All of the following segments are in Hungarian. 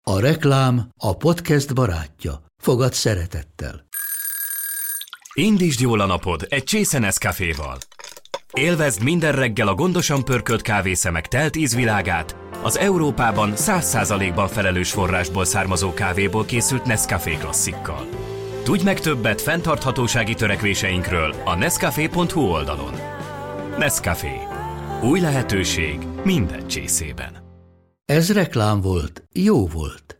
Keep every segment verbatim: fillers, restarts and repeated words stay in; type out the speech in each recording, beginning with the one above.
A reklám a podcast barátja. Fogad szeretettel. Indítsd jól a napod egy csésze Nescaféval. Élvezd minden reggel a gondosan pörkölt kávészemek telt ízvilágát, az Európában száz százalékban felelős forrásból származó kávéból készült Nescafé klasszikkal. Tudj meg többet fenntarthatósági törekvéseinkről a nescafé pont hu oldalon. Nescafé. Új lehetőség minden csészében. Ez reklám volt, jó volt.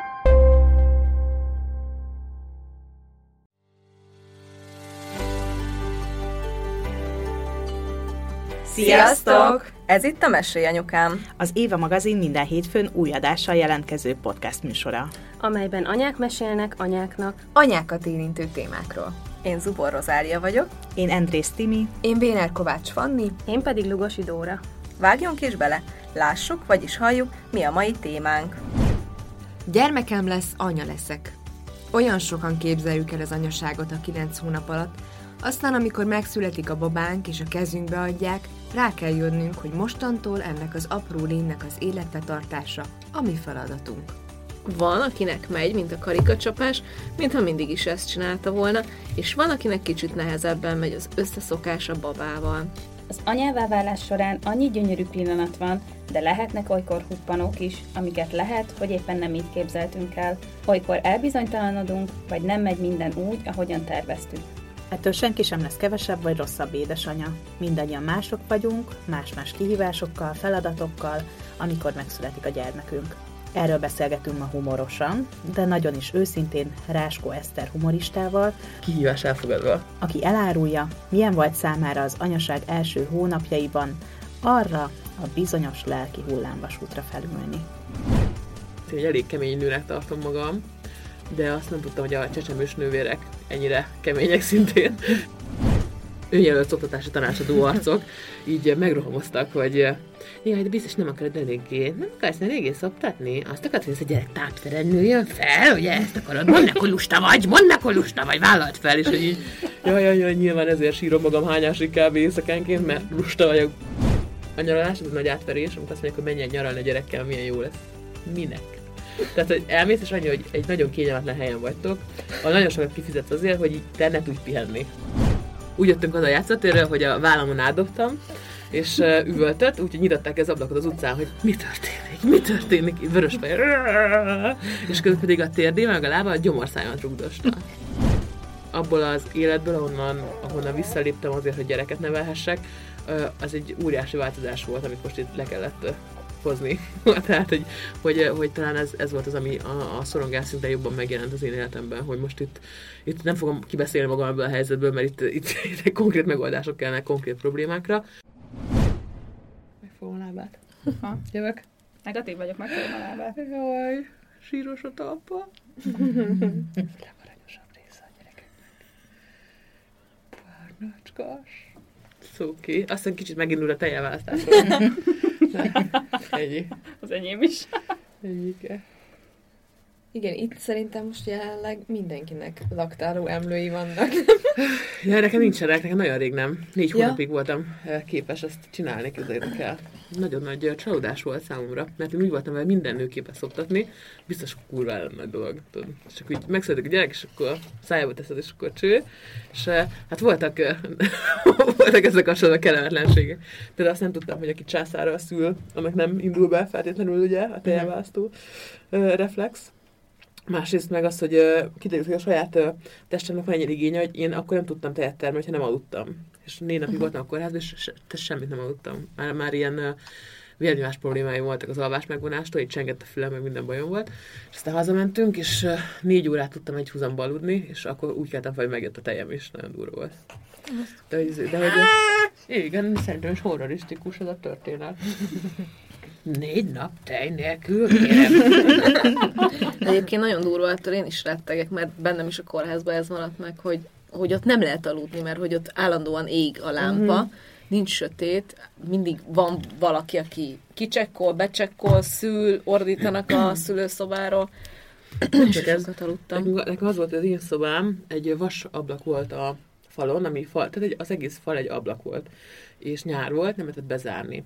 Sziasztok! Ez itt a Mesélj Anyukám, az Éva magazin minden hétfőn új adással jelentkező podcast műsora, amelyben anyák mesélnek anyáknak anyákat érintő témákról. Én Zubor Rozália vagyok. Én Endrész Timi. Én Béner Kovács Fanni. Én pedig Lugosi Dóra. Vágjunk is bele, lássuk, vagyis halljuk, mi a mai témánk. Gyermekem lesz, anya leszek. Olyan sokan képzeljük el az anyaságot a kilenc hónap alatt, aztán amikor megszületik a babánk és a kezünkbe adják, rá kell jönnünk, hogy mostantól ennek az apró lénynek az életbe tartása a mi feladatunk. Van, akinek megy, mint a karikacsapás, mintha mindig is ezt csinálta volna, és van, akinek kicsit nehezebben megy az összeszokás a babával. Az anyává válás során annyi gyönyörű pillanat van, de lehetnek olykor huppanók is, amiket lehet, hogy éppen nem így képzeltünk el. Olykor elbizonytalanodunk, vagy nem megy minden úgy, ahogyan terveztük. Ettől senki sem lesz kevesebb vagy rosszabb édesanya. Mindannyian mások vagyunk, más-más kihívásokkal, feladatokkal, amikor megszületik a gyermekünk. Erről beszélgetünk ma humorosan, de nagyon is őszintén Ráskó Eszter humoristával, kihívás elfogadva, aki elárulja, milyen volt számára az anyaság első hónapjaiban arra a bizonyos lelki hullámvasútra felülni. Én elég kemény nőnek tartom magam, de azt nem tudtam, hogy a csecsemős nővérek ennyire kemények szintén. Önjelölt oktatási tanácsadó arcok így megrohamoztak, hogy jaj, de biztos nem akarod eléggé, nem akarsz eléggé szoptatni? Azt akarod, hogy ez a gyerek tápszeren nőjön fel, ugye ezt akarod? Mondd meg, hogy lusta vagy, mondd meg, hogy lusta vagy, vállalt fel, és hogy így jaj, jaj, jaj, nyilván ezért sírom magam hányásig kb. Éjszakánként, mert lusta vagyok. A nyaralás az nagy átverés, amikor azt mondják, hogy menj el nyaralni a gyerekkel, milyen jó lesz. Minek? Tehát, hogy elmész, és annyi, hogy egy nagyon kényelmetlen helyen vagytok, ahol nagyon sokat kifizetsz azért, hogy így te ne tudj pihenni. Úgy jöttünk oda a játszótérről, hogy a vállamon átdobtam, és uh, üvöltött, úgyhogy nyitották az ablakot az utcán, hogy mi történik, mi történik, vörös fej, és közben pedig a térdé, meg a lába a gyomorszájmat rugdosta. Abból az életből, ahonnan, ahonnan visszaléptem azért, hogy gyereket nevelhessek, uh, az egy óriási változás volt, amit most itt le kellett uh, hozni. Tehát, hogy, hogy, hogy talán ez, ez volt az, ami a, a szorongás szinte jobban megjelent az én életemben, hogy most itt, itt nem fogom kibeszélni magam ebből a helyzetből, mert itt, itt, itt konkrét megoldások kellene konkrét problémákra. Megfogom a lábát. Ha. Jövök. Negatív vagyok, megfogom a lábát. Jaj, síros a talpa. Legaranyosabb része a gyerekeknek. Párnácskás. Szóki. Aztán kicsit megindul a tejjelválasztásról. Ennyi. Az enyém is. Ennyike. Igen, itt szerintem most jelenleg mindenkinek laktáló emlői vannak. Ja, nekem nincsenek, nekem nagyon rég nem. Négy ja. hónapig voltam képes ezt csinálni, képzeljétek el. Nagyon nagy csalódás volt számomra, mert én úgy voltam vele minden nő képes szoptatni, biztos kurva ellen nagy dolog. Tudod. Csak úgy megszületik a gyerek, és akkor szájába teszed, és akkor cső. És hát voltak, voltak ezek a kellemetlenségek. Például azt nem tudtam, hogy aki császárral szül, annak nem indul be feltétlenül ugye a tejjelválasztó reflex. Másrészt meg az, hogy uh, kiderült, hogy a saját uh, testemnek van ennyi igénye, hogy én akkor nem tudtam tejet termelni, ha nem aludtam. És négy napig voltam a kórházban, és se, te semmit nem aludtam. Már, már ilyen uh, vérnyomás problémáim voltak az alvás megvonástól, így csengett a fülem, meg minden bajom volt. És aztán hazamentünk, és uh, négy órát tudtam egy húzamba aludni, és akkor úgy keltem fel, hogy megjött a tejem is. Nagyon durva volt. De, de, de hogy... Igen, szerintem is horrorisztikus ez a történet. Négy nap tej nélkül, kérem. Egyébként nagyon durva, attól én is rettegek, mert bennem is a kórházban ez maradt meg, hogy, hogy ott nem lehet aludni, mert hogy ott állandóan ég a lámpa, uh-huh. nincs sötét, mindig van valaki, aki kicsekkol, becsekkol, szül, ordítanak a szülőszobáról. És sokat aludtam. Nekem az volt, hogy az én szobám, egy vas ablak volt a falon, ami fal, tehát egy, az egész fal egy ablak volt, és nyár volt, nem lehetett bezárni.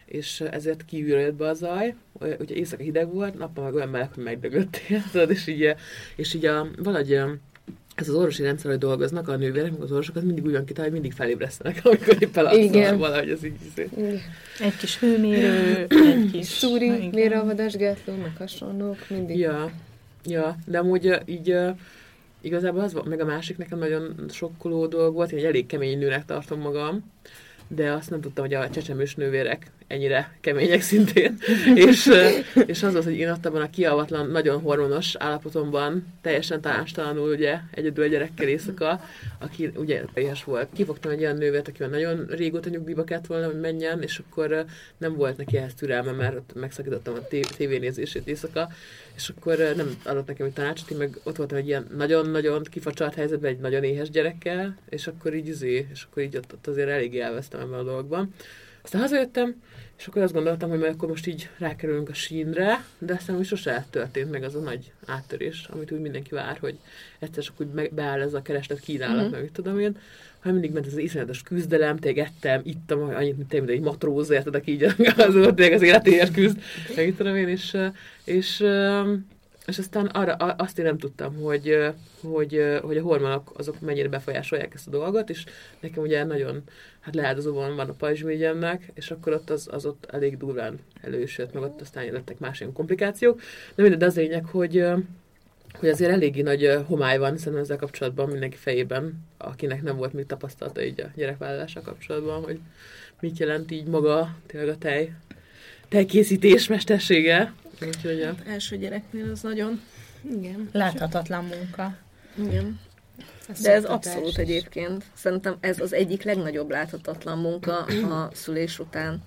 és ezért kívülről jött be a zaj, ugye éjszaka hideg volt, nappal meg olyan meleg, hogy megdögöttél, tudod, és így, és így a, valahogy ez az orvosi rendszer, hogy dolgoznak, a nővérek, meg az orvosok, az mindig úgy van kitalálva, hogy mindig felébresztenek, amikor éppen alszol, valahogy ez így izé. Egy kis hőmérő, egy kis... Szúri, véralvadásgátló, meg hasonlók, mindig. Ja, ja, de amúgy így igazából az volt, meg a másik nekem nagyon sokkoló dolog volt, én egy elég kemény nőnek tartom magam, de azt nem tudtam, hogy a csecsemős nővérek ennyire kemények szintén. és, és az az, hogy én ott abban a kialvatlan, nagyon hormonos állapotomban, teljesen tanástalanul, ugye, egyedül a gyerekkel éjszaka, aki ugye éhes volt. Kifogtam egy olyan nővért, aki nagyon régóta nyugdíjba kellett volna, hogy menjen, és akkor nem volt neki ehhez türelme, mert ott megszakítottam a tévénézését éjszaka, és akkor nem adott nekem egy tanácsot, én meg ott voltam egy ilyen nagyon-nagyon kifacsart helyzetben, egy nagyon éhes gyerekkel, és akkor így izé, és akkor így ott, ott azért eléggé elvesztem ebben a dologban. Aztán hazajöttem, és akkor azt gondoltam, hogy majd akkor most így rákerülünk a sínre, de aztán úgy sose történt meg az a nagy áttörés, amit úgy mindenki vár, hogy egyszer csak úgy beáll ez a kereslet kínálat, mm-hmm. meg mit tudom én, hanem mindig ment ez az iszonyatos küzdelem, tényleg ettem, ittam annyit, mint tényleg egy matróz, érted, aki így az volt tényleg az életéhez küzd, meg mit tudom én, és, és, és aztán arra, azt én nem tudtam, hogy, hogy, hogy a hormonok azok mennyire befolyásolják ezt a dolgot, és nekem ugye nagyon hát leáldozóban van a pajzsmirigyemnek, és akkor ott az, az ott elég durván elősött, meg ott aztán lettek más ilyen komplikációk. De mindegy, az lényeg, hogy, hogy azért eléggé nagy homály van szerintem ezzel kapcsolatban mindenki fejében, akinek nem volt még tapasztalata így a gyerekvállalással kapcsolatban, hogy mit jelent így maga tényleg a tej, tejkészítés mestersége. Úgyhogy ja. Első gyereknél az nagyon... Igen. Láthatatlan munka. Igen. De ez abszolút egyébként. Szerintem ez az egyik legnagyobb láthatatlan munka a szülés után.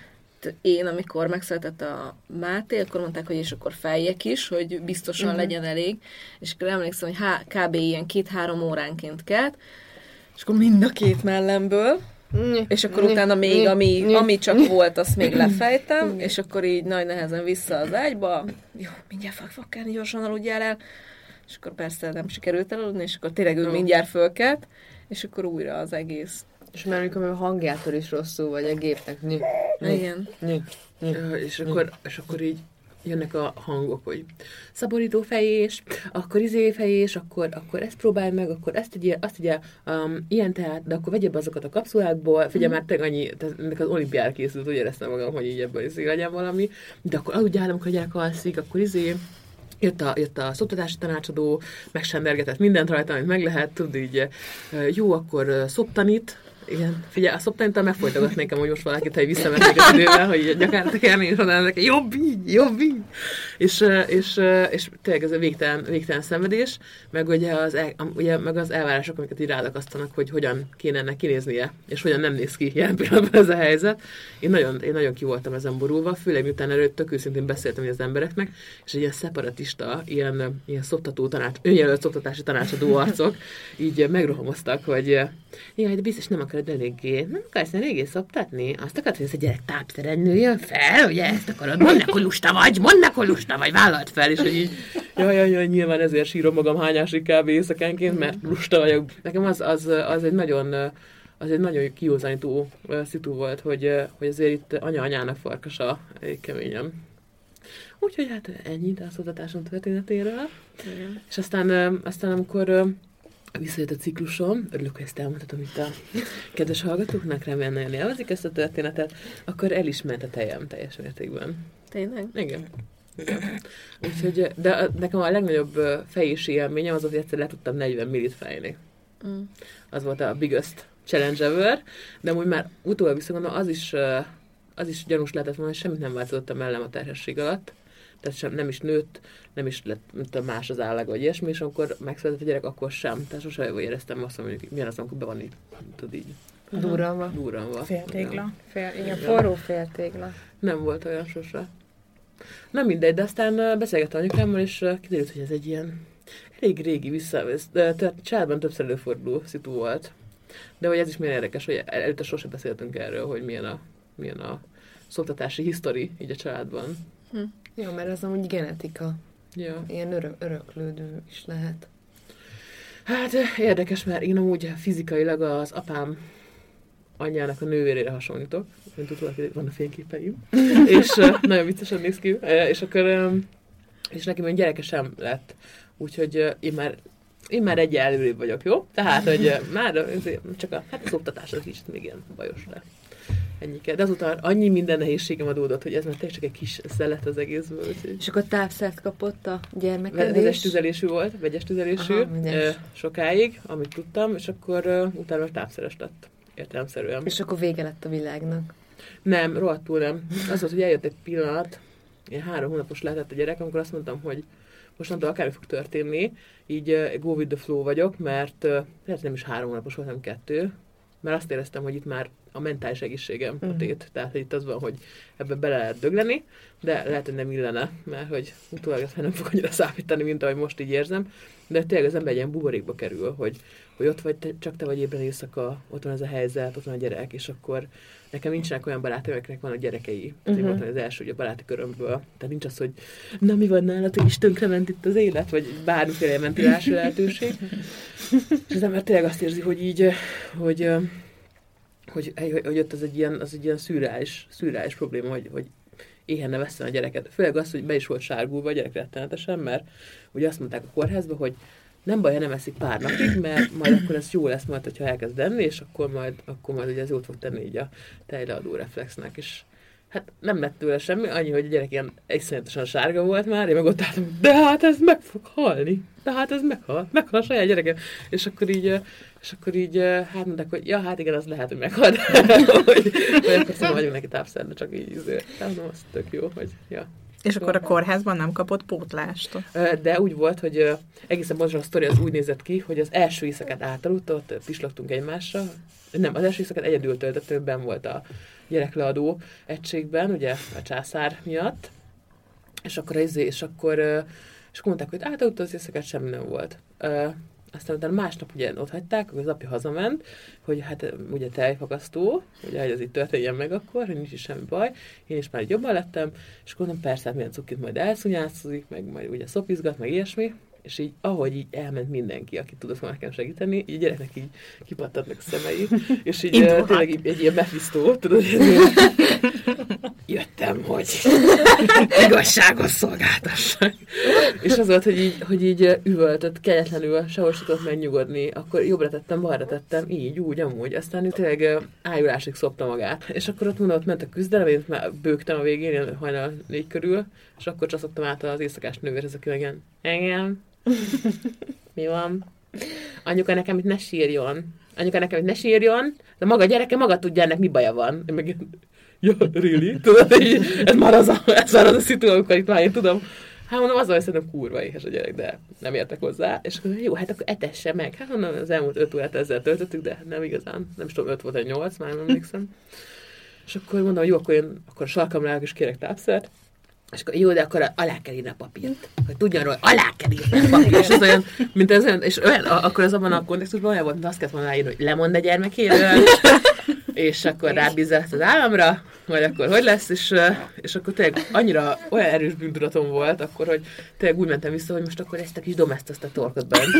Én, amikor megszületett a Máté, akkor mondták, hogy és akkor feljek is, hogy biztosan uh-huh. legyen elég. És akkor emlékszem, hogy há, kb. Ilyen két-három óránként kelt, és akkor mind a két mellemből, és akkor utána még, ami, ami csak volt, azt még lefejtem, és akkor így nagy nehezen vissza az ágyba. Jó, mindjárt fog, fog kelni, gyorsan aludjál el. És akkor persze nem sikerült elaludni, és akkor tényleg ő mindjárt fölkelt, és akkor újra az egész. És már amikor a hangjától is rosszul vagy a gépnek. Ny, ny, Igen. Ny, ny, és, akkor, és akkor így jönnek a hangok, hogy szaborító fejés, akkor izé fejés, akkor, akkor ezt próbálj meg, akkor ezt tegye, azt tegye, um, ilyen tehát, de akkor vegyél be azokat a kapszulákból, figyelj, már tényleg annyi, ennek az olimpiára készült, úgy éreztem magam, hogy így ebből izé legyen valami, de akkor aludjál, amikor a gyerek alszik, akkor izé, Jött a, jött a szoptatási tanácsadó, megsendergetett mindent rajta, amit meg lehet, tud így, jó, akkor szoptanít. Igen, figyelj, a szoptanittal megfolytogat nekem, hogy most valakit, hogy visszamennék az idővel, hogy így nyakára tekerni, és onnan neki, jobb így, jobb így. És, és, és tényleg ez a végtelen, végtelen szenvedés, meg ugye az, el, ugye, meg az elvárások, amiket így rádakasztanak, hogy hogyan kéne ennek kinéznie, és hogyan nem néz ki ilyen pillanatban ez a helyzet. Én nagyon, én nagyon ki voltam ezen borulva, főleg miután erről tök őszintén beszéltem az embereknek, és egy ilyen szeparatista, ilyen, ilyen szoptató tanács, önjelölt szoptatási tanácsadó arcok így megrohamoztak, hogy jaj, de biztos nem akarod eléggé, nem akarsz eléggé szoptatni? Azt akarod, hogy ez a gyerek tápszeren nőjön fel, ugye ezt akarod? Mondd meg, hogy lusta vagy, mondd meg, hogy lusta vagy, vállalt fel, és hogy így, jaj, jaj, jaj, nyilván ezért sírom magam hányásig kb. Éjszakánként, mert lusta vagyok. Nekem az, az, az egy nagyon, az egy nagyon kiúzanító szitu volt, hogy, hogy azért itt anya-anyának farkasa elég keményen. Úgyhogy hát ennyi a szoptatásom történetéről. Igen. És aztán, aztán amikor visszajött a ciklusom, örülök, hogy ezt elmondhatom itt a kedves hallgatóknak, remélem nagyon élvezik ezt a történetet, akkor elismert a tejem teljes mértékben. Tényleg? Igen. Igen. Úgyhogy, de nekem a legnagyobb fejési élményem az, hogy egyszer le tudtam negyven millit fejni. Mm. Az volt a biggest challenge ever, de úgy már utólag visszagondolom, az is, az is gyanús lehetett volna, hogy semmit nem változott a mellem a terhesség alatt. Tehát sem, nem is nőtt, nem is lett más az állag, vagy ilyesmi, és amikor megszületett a gyerek, akkor sem. Tehát sosem éreztem azt, hogy milyen az, amikor be van így, tudod így. Durranva. Durranva. Féltégla. Fél, igen, forró féltégla. Nem volt olyan sose. Nem mindegy, de aztán beszélgettem anyukámmal, és kiderült, hogy ez egy ilyen elég régi vissza, tehát családban többször előforduló szitu volt. De hogy ez is milyen érdekes, hogy előtte sose beszéltünk erről, hogy milyen a, milyen a szoptatási hisztori így a családban. Hm. Jó, mert az amúgy genetika. Ja. Ilyen örök, öröklődő is lehet. Hát érdekes, mert én amúgy fizikailag az apám anyjának a nővérére hasonlítok, mint tudod, van a fényképeim, és uh, nagyon viccesen néz ki, uh, és akkor um, és neki még gyereke sem lett, úgyhogy uh, én már én már egy előrébb vagyok, jó? Tehát, hogy uh, már csak a, hát az oktatás az is még ilyen bajos, de ennyi kell. De azután annyi minden nehézségem adódott, hogy ez már tényleg csak egy kis szelet az egészből. Úgyhogy... És akkor távszert kapott a gyermekedés? Vegyes tüzelésű volt, vegyes tüzelésű, Aha, uh, sokáig, amit tudtam, és akkor uh, utána távszeres lett, értelemszerűen. És akkor vége lett a világnak? Nem, rohadtul nem. Az volt, hogy eljött egy pillanat, ilyen három hónapos lehetett a gyerek, amikor azt mondtam, hogy mostantól akármi fog történni, így uh, go with the flow vagyok, mert uh, lehet nem is három hónapos volt, hanem kettő, mert azt éreztem, hogy itt már a mentális egészségem uh-huh. a tét. Tehát itt az van, hogy ebbe bele lehet dögleni, de lehet, hogy nem illene, mert hogy utólag ezt nem fog annyira számítani, mint ahogy most így érzem. De tényleg az ember egy ilyen buborékba kerül, hogy, hogy ott vagy, te, csak te vagy ébren éjszaka, ott van ez a helyzet, ott van a gyerek, és akkor nekem nincsenek olyan barátok, akiknek van a gyerekei. Uh-huh. Tehát volt az első, hogy a baráti körömből. Tehát nincs az, hogy na mi van nálatok, is tönkrement itt az élet, vagy bármiféle ventilási lehetőség. És az ember tényleg azt érzi, hogy így, hogy Hogy, hogy, hogy ott az egy ilyen, az egy ilyen szürreális, szürreális probléma, hogy, hogy éhen ne vesszen a gyereket. Főleg az, hogy be is volt sárgulva a gyerek rettenetesen, mert ugye azt mondták a kórházban, hogy nem baj, ha nem eszik pár napig, mert majd akkor ez jó lesz majd, hogyha elkezd enni, és akkor majd, akkor majd ugye ez jót fog tenni így a tejleadó reflexnek, és hát nem lett tőle semmi, annyi, hogy a gyerek ilyen iszonyatosan sárga volt már, én meg ott álltam, de hát ez meg fog halni, de hát ez meghal, meghal a saját gyereke. És akkor így, és akkor így, hát mondták, hogy ja, hát igen, az lehet, hogy meghal, hogy, hogy akkor szóval vagyunk neki tápszert, de csak így azért. Tehát nem, az tök jó, hogy ja. És akkor a kórházban nem kapott pótlást? De úgy volt, hogy egészen pontosan a sztori az úgy nézett ki, hogy az első éjszakát átaludt, ott pislogtunk egymásra. Nem, az első éjszakát egyedül töltöttünk, benn volt a gyerekleadó egységben, ugye a császár miatt. És akkor, és akkor, és akkor mondták, hogy átaludt az éjszakát, semmi nem volt. Aztán utána másnap ugye ott hagyták, akkor az apja hazament, hogy hát ugye tejfakasztó, ugye, hogy ez itt történjen meg akkor, hogy nincs is semmi baj. Én is már jobban lettem, és akkor mondom, persze, hát milyen cukit majd elszunyászik, meg majd ugye szopizgat, meg ilyesmi. És így, ahogy így elment mindenki, aki tudott volna nekem segíteni, így a gyereknek így kipattatnak a szemei, és így uh, tényleg így, egy ilyen Mephisto, tudod, jöttem, hogy igazságos szolgáltassak. És az volt, hogy így, hogy így üvöltött, kegyetlenül, sehol se tudott megnyugodni, akkor jobbra tettem, balra tettem, így, úgy, amúgy. Aztán ő tényleg ájulásig szopta magát. És akkor ott mondom, ott ment a küzdelem, én már bőgtem a végén, ilyen hajnal négy körül, és akkor csaszoktam át az éjszakás nővérhez, aki meg ilyen, engem, mi van? Anyuka nekem itt ne sírjon. Anyuka nekem itt ne sírjon, de maga a gyereke maga tudja, ennek mi baja van. Én meg ja, really? Tudod, így, ez már az a, ez már az a szitu, amikor itt már én tudom. Hát mondom, azzal, hogy szerintem kurva éhes a gyerek, de nem értek hozzá. És akkor jó, hát akkor etesse meg. Hát mondom, az elmúlt öt órát ezzel töltöttük, de nem igazán. Nem is tudom, öt volt, egy nyolc, már nem emlékszem. És akkor mondom, jó, akkor én akkor a sarkamra és kérek tápszert. És akkor jó, de akkor alá kell írni a papírt. Hogy tudjon róla, alá kell írni a papírt. És ez olyan, mint ez olyan, és olyan, akkor az abban a kontextusban olyan volt, mint azt kellett volna ráírni, hogy lemond a gyermekéről, és akkor rábízza ezt az államra, vagy akkor hogy lesz, és, és akkor tényleg annyira olyan erős bűntudatom volt, akkor, hogy tényleg úgy mentem vissza, hogy most akkor ezt a kis domesztoszt a torkot bent.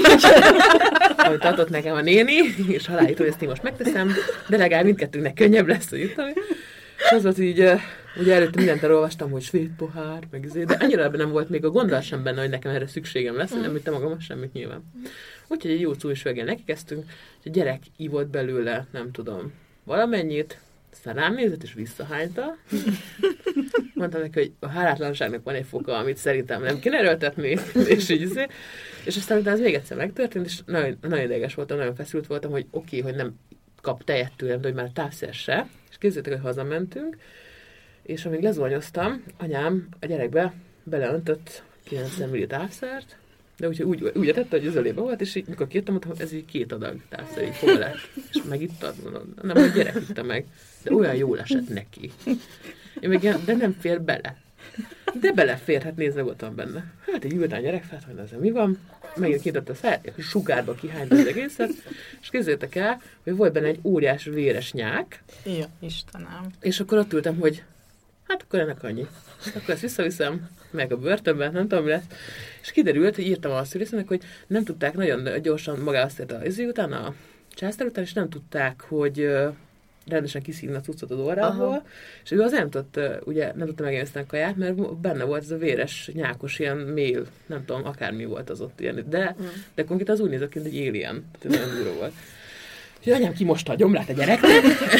Amit adott nekem a néni, és aláírt, hogy ezt én most megteszem, de legalább mindkettőnknek könnyebb lesz, hogy jutani. És az volt így, ugye előtte mindent elolvastam, hogy svéd pohár, meg ezért, de annyira ebben nem volt még a gondol sem benne, hogy nekem erre szükségem lesz, hogy nem üttem magam semmit nyilván. Úgyhogy egy jó szújsveggel nekikezdtünk, és a gyerek ívott belőle, nem tudom, valamennyit, aztán rám nézett és visszahányta. Mondtam neki, hogy a hálátlanságnak van egy foka, amit szerintem nem kéne erőltetni, és így azért. És aztán utána ez még egyszer megtörtént, és nagyon, nagyon ideges voltam, nagyon feszült voltam, hogy oké, okay, hogy nem kap tejet tőlem, de hogy már távszer se. És képzeljétek, hogy hazamentünk, és amíg lezúanyoztam, anyám a gyerekbe beleöntött kilencven milli távszert, de úgy, úgy, úgy tette, hogy az ölébe volt, és így, mikor kértem, mondtam, hogy ez így két adag távszer, így hol lett. És megittad, mondom, nem, a gyerek itta meg, de olyan jól esett neki. Én meg ilyen, de nem fér bele. De belefér, hát nézd, meg ott van benne. Hát egy ült a gyerek fel, hogy ezzel mi van, megint kinyitott a fel, sugárba kihányt az egészet, és képzeljétek el, hogy volt benne egy óriás véres nyák. Ja, Istenem. És akkor ott ültem, hogy hát akkor ennek annyi. Akkor ezt visszaviszem, meg a börtönben, nem tudom, mi lesz. És kiderült, hogy írtam a szülésznek, hogy nem tudták, nagyon gyorsan magához tért az izé után, a császár után, és nem tudták, hogy, rendesen kiszívni a cuccot az orrából, aha. és ő az nem tudta, ugye nem tudta megjelezni a kaját, mert benne volt ez a véres, nyákos, ilyen mél, nem tudom, akármi volt az ott ilyen, de, mm. de konkrétan az úgy nézett ki, egy alien, tehát ez nagyon durva volt. És anyám kimosta a gyomrát a gyereknek,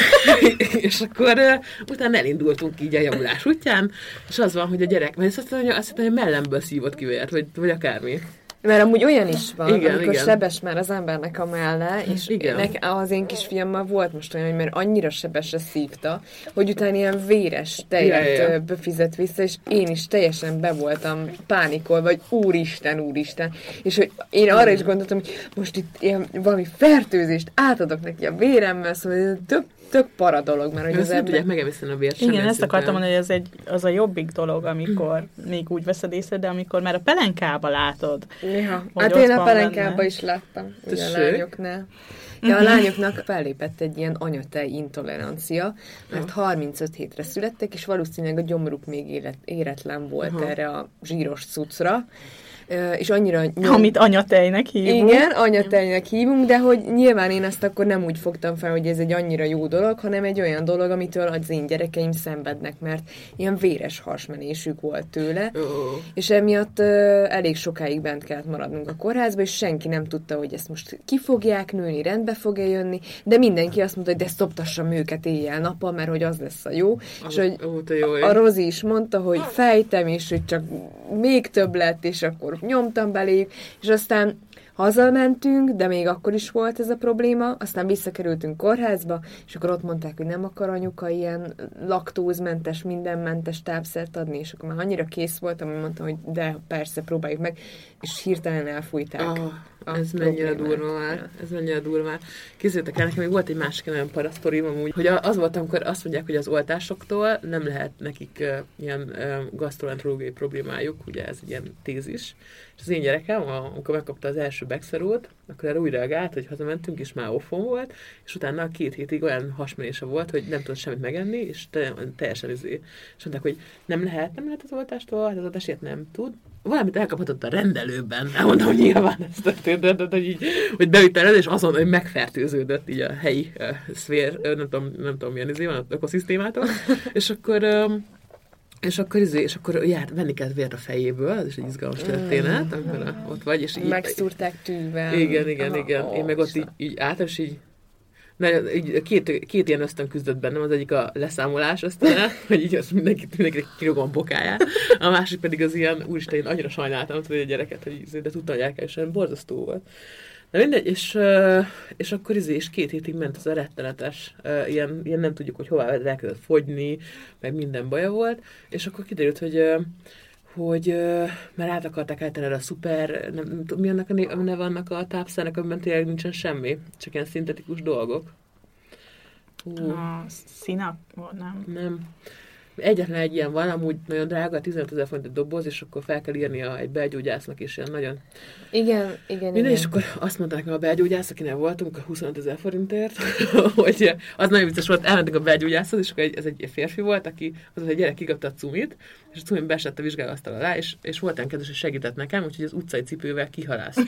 és akkor uh, utána elindultunk így a javulás útján, és az van, hogy a gyerek, mert azt mondja, azt mondja, hogy mellemből szívott ki vért, vagy, vagy akármi. Mert amúgy olyan is van, igen, amikor igen. sebes már az embernek a melle, és nek, az én kisfiammal volt most olyan, hogy mert annyira sebesre szívta, hogy utána ilyen véres tejet ja, ja. befizet vissza, és én is teljesen be voltam pánikolva, vagy úristen, úristen. És hogy én arra is gondoltam, hogy most itt ilyen valami fertőzést átadok neki a véremmel, szóval ez tök, tök para dolog, mert hogy az nem tudják megemészteni a vért. Igen, ezt akartam mondani, hogy ez egy, az a jobbik dolog, amikor még úgy veszed észre, de amikor már a pelenkába látod. Ja. Hát én a pelenkába is láttam, ugye a lányoknál. De a lányoknak fellépett egy ilyen anyatej intolerancia, mert harmincöt hétre születtek, és valószínűleg a gyomruk még élet, éretlen volt uh-huh. erre a zsíros cuccra. Uh, és annyira... Nyom... Amit anyatejnek hívunk. Igen, anyatejnek hívunk, de hogy nyilván én ezt akkor nem úgy fogtam fel, hogy ez egy annyira jó dolog, hanem egy olyan dolog, amitől az én gyerekeim szenvednek, mert ilyen véres hasmenésük volt tőle, oh. és emiatt uh, elég sokáig bent kellett maradnunk a kórházba, és senki nem tudta, hogy ezt most ki fogják nőni, rendbe fog-e jönni, de mindenki azt mondta, hogy de szoptassam őket éjjel-nappal, mert hogy az lesz a jó. Ah, és hogy oh, jó, a Rozi is mondta, hogy fejtem, és hogy csak még több lett, és akkor nyomtam beléjük, és aztán hazamentünk, de még akkor is volt ez a probléma, aztán visszakerültünk kórházba, és akkor ott mondták, hogy nem akar anyuka ilyen laktózmentes, mindenmentes tápszert adni, és akkor már annyira kész voltam, hogy mondtam, hogy de persze, próbáljuk meg, és hirtelen elfújták. Oh, ez mennyire durva már, ez mennyire durva már. Készültek el, nekem még volt egy másik nagyon parasztorim amúgy, hogy az volt, amikor azt mondják, hogy az oltásoktól nem lehet nekik uh, ilyen uh, gasztroenterológiai problémájuk, ugye ez egy ilyen tézis. És az én gyerekem, amikor megkapta az első Bexarót, akkor erre úgy reagált, hogy hazamentünk, és már offon volt, és utána két hétig olyan hasmenése volt, hogy nem tudott semmit megenni, és te, teljesen izé. És mondták, hogy nem lehet, nem lehet az oltástól, az oltás ilyet nem tud. Valamit elkaphatott a rendelőben. Elmondtam, hogy nyilván ez történt, de, hogy, így, hogy bevitt el, és azon, hogy megfertőződött így a helyi uh, szfér, uh, nem tudom, nem tudom milyen izé van, az ökoszisztémától. és akkor... Um, És akkor, és akkor jár, venni kellett vért a fejéből, ez is egy izgalmas történet, amikor a, ott vagy, és így... Megszúrták tűvel. Igen, igen, ah, igen. Én meg ott így, így álltam, és így, na, így két, két ilyen ösztön küzdött bennem, az egyik a leszámolás ösztöne, hogy így azt mindenkit, mindenkit kirogom a bokáját, a másik pedig az ilyen, úristen, én annyira sajnáltam, hogy a gyereket, hogy de tudtam, hogy el kell, és borzasztó volt. Na mindegy, és, és akkor izé, és két hétig ment az a rettenetes, ilyen, ilyen nem tudjuk, hogy hová elkezdett fogyni, meg minden baja volt, és akkor kiderült, hogy, hogy már át akarták állítani erre a szuper, nem, nem tudom, mi annak a neve annak a tápszernek, amiben tényleg nincsen semmi, csak ilyen szintetikus dolgok. Uh. A színap? Nem. Nem. Egyetlen egy ilyen van, amúgy nagyon drága, tizenötezer forint egy doboz, és akkor fel kell írnia egy belgyógyásznak, és ilyen nagyon... Igen, igen, Minden, igen. és akkor azt mondták meg a belgyógyász, akinek voltunk, a huszonötezer forintért, hogy az nagyon vicces volt, elmentünk a belgyógyászhoz, és akkor egy, ez egy férfi volt, aki az, hogy a gyerek kikapta a cumit, és a cumit beesett a vizsgálasztal alá, és, és volt olyan kedves, hogy segített nekem, úgyhogy az utcai cipővel kihalázta.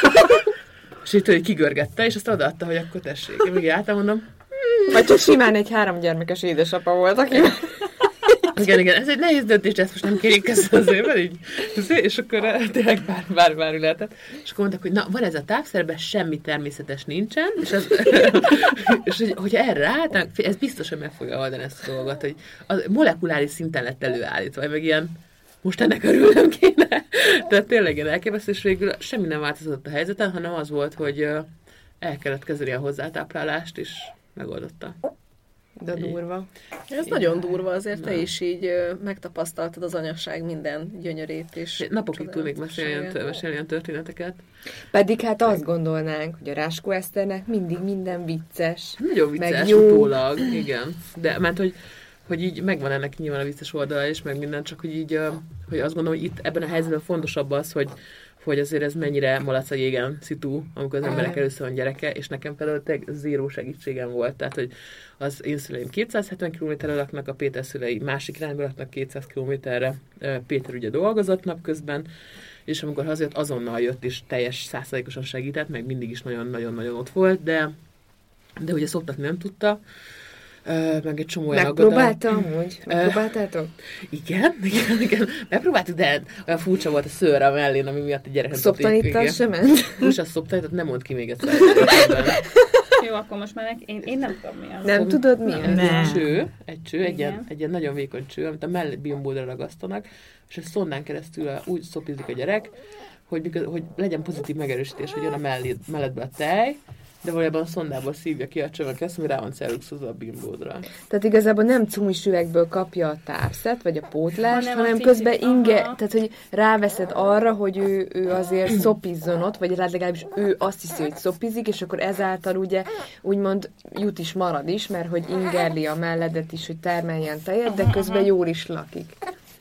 és itt, hogy kigörgette, és azt odaadta, hogy akkor tessék. Én még álltam, mondom... Vagy csak simán egy három gyermekes édesapa volt, aki... Igen, igen, ez egy nehéz döntés, de ezt most nem kérjük ezt az évben, így. És akkor tényleg bár, bár, bár lehetett. És akkor mondták, hogy na, van ez a tápszerben, semmi természetes nincsen, és, ez, és hogy, hogyha erre ráálltánk, ez biztos, hogy meg fogja oldani ezt a dolgot, hogy a molekuláris szinten lett előállítva, meg ilyen, most ennek örülnöm kéne. Tehát tényleg ilyen elképesztő, és végül semmi nem változott a helyzeten, hanem az volt, hogy el kellett kezelni a hozzátáplálást, és megoldotta. De durva. Ez igen. Nagyon durva, azért na. Te is így ö, megtapasztaltad az anyaság minden gyönyörét. És napokig tudnék mesélni, mesélni ilyen történeteket. Pedig hát azt gondolnánk, hogy a Ráskó Eszternek mindig minden vicces. Nagyon vicces, utólag, igen. De mert hogy, hogy így megvan ennek nyilván a vicces oldala is, meg minden, csak hogy így, hogy azt gondolom, hogy itt ebben a helyzetben fontosabb az, hogy hogy azért ez mennyire malac a jégen szitu, amikor az emberek először van gyereke, és nekem például zéró segítségem volt. Tehát, hogy az én szüleim kétszázhetven kilométerre laknak, a Péter szülei másik irányba laknak kétszáz kilométerre. Péter ugye dolgozott napközben, és amikor hazajött, azonnal jött, és teljes százszázalékosan segített, meg mindig is nagyon-nagyon-nagyon ott volt, de, de ugye szoktatni nem tudta. Ö, meg egy csomó olyan Megpróbálta amúgy? Megpróbáltátok? Igen, igen, igen. Megpróbáltuk, de olyan furcsa volt a szőre a mellén, ami miatt a gyerek... Szoptanítás sem ment? Most a szoptanítat nem mond ki még egyszer. Jó, akkor most már én, én nem tudom mi az. Nem tudod mi az? Egy cső, egy cső, egy ilyen, egy ilyen nagyon vékony cső, amit a mellett biombódra ragasztanak, és ezt szondán keresztül úgy szopizik a gyerek, hogy, hogy legyen pozitív megerősítés, hogy jön a mellé, mellettbe a tej, de valójában a szondából szívja ki a csöveket, ami rá van ceruxozva a bimbódra. Tehát igazából nem cumis üvegből kapja a távszet, vagy a pótlást, hanem, hanem a közben cici, inge, aha. tehát hogy ráveszed arra, hogy ő, ő azért szopizzon ott, vagy legalábbis ő azt hiszi, hogy szopizik, és akkor ezáltal ugye úgymond jut is marad is, mert hogy ingerli a melledet is, hogy termeljen tejet, de közben jól is lakik.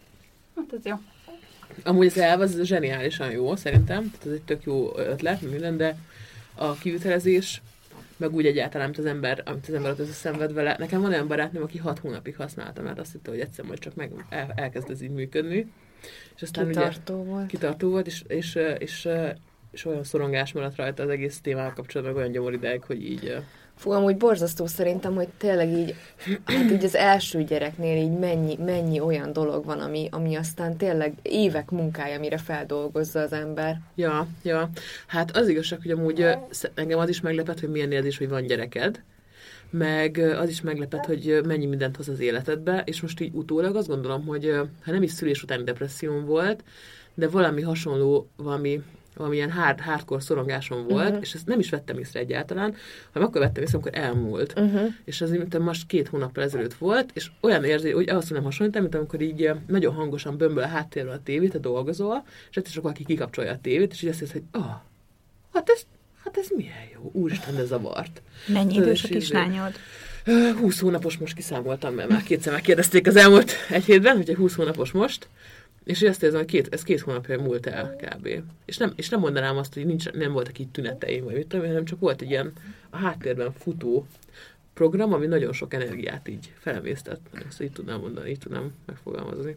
Hát ez jó. Amúgy az elv az zseniálisan jó, szerintem. Tehát ez egy tök jó ötlet, minden, de a kivitelezés, meg úgy egyáltalán, amit az ember, amit az ember ott összeszenved vele. Nekem van olyan barátnőm, aki hat hónapig használta, mert azt hitte, hogy egyszer majd csak meg el, elkezd ez így működni. És aztán kitartó ugye, volt. Kitartó volt, és, és, és, és olyan szorongás maradt rajta az egész témával kapcsolatban, meg olyan gyomorideig, hogy így... Fú, amúgy borzasztó szerintem, hogy tényleg így, hát így az első gyereknél így mennyi, mennyi olyan dolog van, ami, ami aztán tényleg évek munkája, amire feldolgozza az ember. Ja, ja. Hát az igazság, hogy amúgy engem az is meglepett, hogy milyen érzés, hogy van gyereked, meg az is meglepett, hogy mennyi mindent hoz az életedbe, és most így utólag azt gondolom, hogy ha nem is szülés utáni depresszióm volt, de valami hasonló, valami valamilyen hard, hardcore szorongásom volt, uh-huh. és ezt nem is vettem észre egyáltalán, hanem akkor vettem észre, amikor elmúlt. Uh-huh. És az mint most két hónappal ezelőtt volt, és olyan érzés, hogy ahhoz nem hasonlítom, mint amikor így nagyon hangosan bömböl a háttérben a tévét, te dolgozol, és egyszer csak valaki kikapcsolja a tévét, és így azt hisz, hogy ah, hát ez, hát ez milyen jó, úristen, de zavart. Mennyi idős a kislányod? húsz hónapos most kiszámoltam, mert már kétszer megkérdezték az elmúlt egy hétben, hogy húsz hónapos most. És azt érzem, hogy két, ez két hónapja múlt el kb. És nem, és nem mondanám azt, hogy nincs, nem voltak így tüneteim, vagy mit tudom, hanem csak volt egy ilyen a háttérben futó program, ami nagyon sok energiát így felemésztett. Ezt így tudnám mondani, így tudnám megfogalmazni.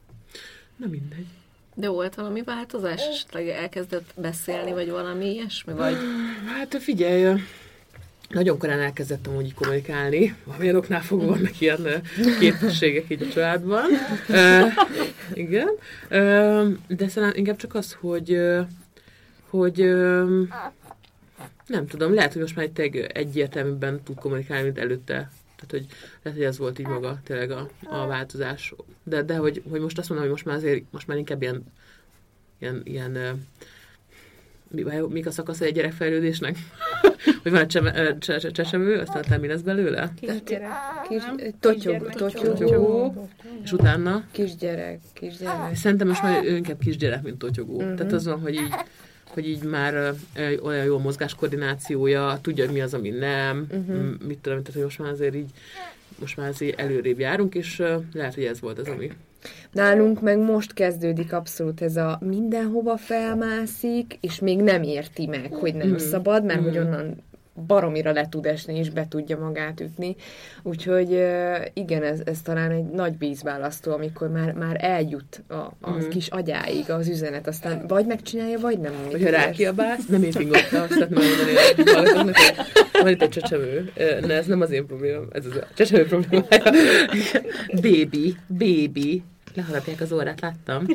Na mindegy. De volt valami változás? Esetleg elkezdett beszélni, vagy valami ilyesmi? Vagy... Hát figyelj, nagyon korán elkezdettem úgy kommunikálni, valamilyen oknál fogva vannak ilyen képességek így a családban. Uh, igen. Uh, de szerintem inkább csak az, hogy, uh, hogy uh, nem tudom, lehet, hogy most már egy egyértelműbben tud kommunikálni, mint előtte. Tehát, hogy lehet, hogy ez volt így maga tényleg a, a változás. De, de hogy, hogy most azt mondom, hogy most már azért, most már inkább ilyen, ilyen, ilyen uh, mik a szakasz egy gyerekfejlődésnek? Hogy van egy csecsemő, aztán mi lesz belőle? Kisgyerek. Kis, totyog, totyog, totyog. És utána? Kisgyerek, kisgyerek. Szerintem most már ő inkább kisgyerek, mint totyogó. Uh-huh. Tehát az van, hogy így, hogy így már uh, olyan jó mozgáskoordinációja, tudja, hogy mi az, ami nem, uh-huh. mit tudom, tehát hogy most már azért így, most már azért előrébb járunk, és uh, lehet, hogy ez volt az, ami... Nálunk meg most kezdődik abszolút ez a mindenhova felmászik, és még nem érti meg, hogy nem mm. szabad, mert mm. hogy onnan baromira le tud esni, és be tudja magát ütni. Úgyhogy igen, ez, ez talán egy nagy vízválasztó, amikor már, már eljut a, a mm. kis agyáig az üzenet, aztán vagy megcsinálja, vagy nem. Hogyha rákiabálsz, nem én fingottam, azt szeretném mondani a hallgatóknak, hogy van itt egy csecsemő. Ne, ez nem az én problémám, ez az a csecsemő problémája. Baby, baby. Leharapják az órát, láttam.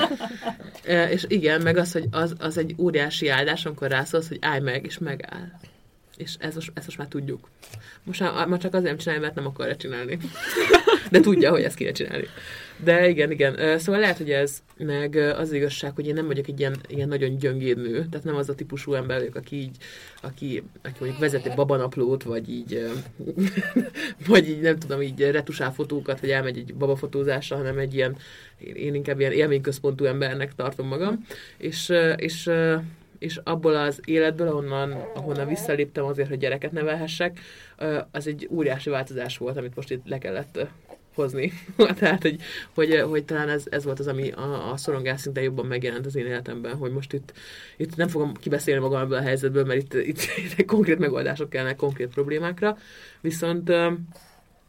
e, és igen, meg az, hogy az, az egy óriási áldás, amikor rászólsz, hogy állj meg, és megáll. És ez most, ezt most már tudjuk. Most már, már csak azért nem csinálja, mert nem akarja csinálni. De tudja, hogy ezt kéne csinálni. De igen, igen. Szóval lehet, hogy ez, meg az igazság, hogy én nem vagyok egy ilyen, ilyen nagyon gyöngéd nő, tehát nem az a típusú ember vagyok, aki így, aki, aki mondjuk vezet egy babanaplót, vagy így, vagy így nem tudom, így retusál fotókat, vagy elmegy egy babafotózásra, hanem egy ilyen, én inkább ilyen élményközpontú embernek tartom magam, és, és és abból az életből, ahonnan, ahonnan visszaléptem azért, hogy gyereket nevelhessek, az egy óriási változás volt, amit most itt le kellett hozni. Tehát, hogy, hogy, hogy talán ez, ez volt az, ami a, a szorongás szinte jobban megjelent az én életemben, hogy most itt, itt nem fogom kibeszélni magam ebből a helyzetből, mert itt, itt, itt konkrét megoldások kellene konkrét problémákra, viszont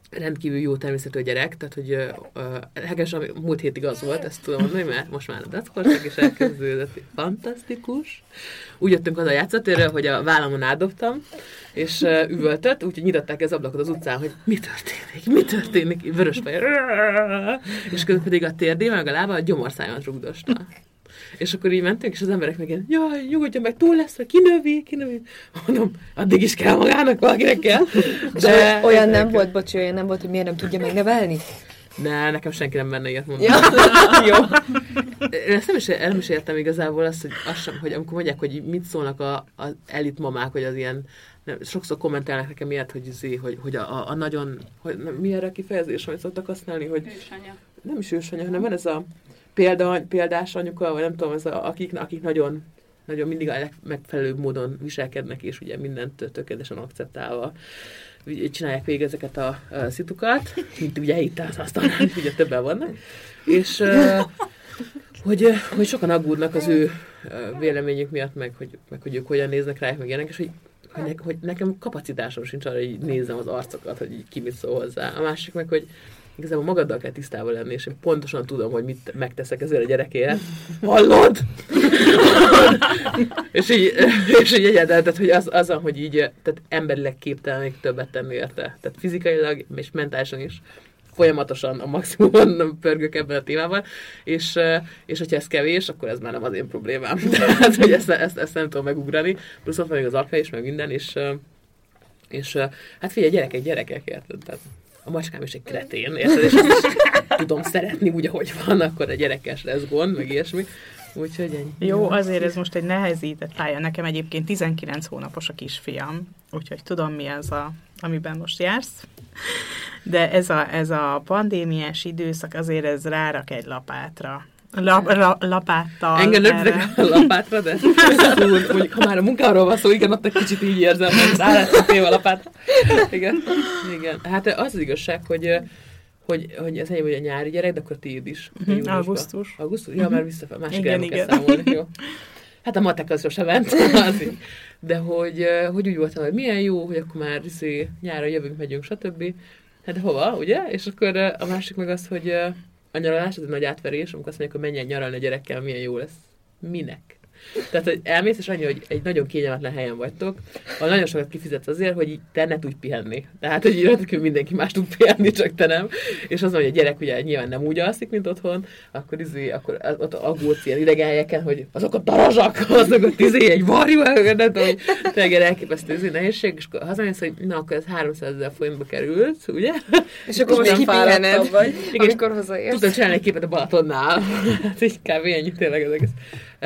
rendkívül jó természetű a gyerek, tehát hogy uh, Heges, ami múlt hétig az volt, ezt tudom mondani, mert most már a dackorszak is elkezdődött. Fantasztikus. Úgy jöttünk oda a játszatérre, hogy a vállamon átdobtam, és uh, üvöltött, úgyhogy nyitották az ablakot az utcán, hogy mi történik, mi történik, vörös fej. És közben pedig a térdé, meg a lába a gyomorszáján rugdosta. És akkor így mentünk, és az emberek meg ilyen, jaj, nyugodjon meg, túl lesz, vagy kinövi, kinövi. Mondom, addig is kell magának, valakinek kell. De olyan nem volt, bocsi, olyan nem volt, hogy miért nem tudja megnevelni? Ne, nekem senki nem benne ilyet mondani. Ja. Jó. Ezt nem is, nem is értem igazából azt, hogy, azt sem, hogy amikor mondják, hogy mit szólnak a, az elit mamák, hogy az ilyen, nem, sokszor kommentálnak nekem ilyet, hogy, zé, hogy, hogy a, a, a nagyon, hogy, nem, mi erre a kifejezés, amit szoktak használni, hogy ősanya. Nem is ősanya, hanem van ez a példa, példás anyuka, vagy nem tudom, ez a, akik, akik nagyon, nagyon mindig a legmegfelelőbb módon viselkednek, és ugye mindent tökéletesen akceptálva csinálják végig ezeket a, a szitukat, mint ugye itt az asztalnál, ugye többen vannak, és uh, hogy, hogy sokan aggódnak az ő véleményük miatt, meg hogy, meg hogy ők hogyan néznek rájuk, meg ilyenek, és hogy, hogy, ne, hogy nekem kapacitásom sincs arra, hogy nézzem az arcokat, hogy ki mit szól hozzá. A másik meg, hogy igazából magaddal kell tisztában lenni, és én pontosan tudom, hogy mit megteszek ezért a gyerekért. Hallod? és így, és így egyáltalán, tehát, hogy az, azon, hogy így, tehát emberileg képtelenek többet tenni érte. Tehát fizikailag és mentálisan is folyamatosan a maximumon pörgök ebben a témában, és, és hogyha ez kevés, akkor ez már nem az én problémám. Tehát, hogy ezt, ezt, ezt nem tudom megugrani. Plusz ott van még az apja is, meg minden, és, és hát figyelj, gyerekek, gyerekek, érted? Tehát a macskám is egy kretén, érted? És ezt is tudom szeretni úgy, ahogy van, akkor a gyerekes lesz gond, meg ilyesmi. Úgyhogy ennyi. Jó, azért ez most egy nehezített pálya. Nekem egyébként tizenkilenc hónapos a kisfiam, úgyhogy tudom, mi az, a, amiben most jársz. De ez a, ez a pandémiás időszak azért ez rárak egy lapátra. Lap, la, lapáttal. Engem rögzítek a lapátra, de szúr, mondjuk, ha már a munkáról van szó, igen, ott egy kicsit így érzem, hogy rá lesz a téma a lapátra. Igen, igen. Hát az az igazság, hogy hogy, hogy ez egy vagy a nyári gyerek, de akkor tiéd is. Uh-huh. Augusztus. Augusztus? Ja, már visszafel, másik elem kell számolni, jó. Hát a matek az sose ment, de hogy, hogy úgy voltam, hogy milyen jó, hogy akkor már izé, nyára jövünk, megyünk, stb. Hát de hova, ugye? És akkor a másik meg az, hogy a nyaralás, ez egy nagy átverés, amikor azt mondják, hogy menjen nyaralni a gyerekkel, milyen jó lesz. Minek? Tehát, hogy elmész, és annyi, hogy egy nagyon kényelmetlen helyen vagytok, ahol nagyon sokat kifizetsz azért, hogy így te ne tudj pihenni. Tehát, hogy így mindenki más tud pihenni, csak te nem. És az, hogy a gyerek ugye nyilván nem úgy alszik, mint otthon, akkor, izé, akkor ott aggódsz ilyen idegen helyeken, hogy azok a darazsak, azok a izé, egy varjú, nem tudom, hogy tényleg elképesztő izé nehézség, és akkor hazamész, hogy na, akkor ez háromszázezer forintba került, ugye? És akkor most kipihened, vagy amikor hazaérsz. Tudtam csinálni egy képet a Balatonnál. Hát így kb. Ennyi tényleg az egész.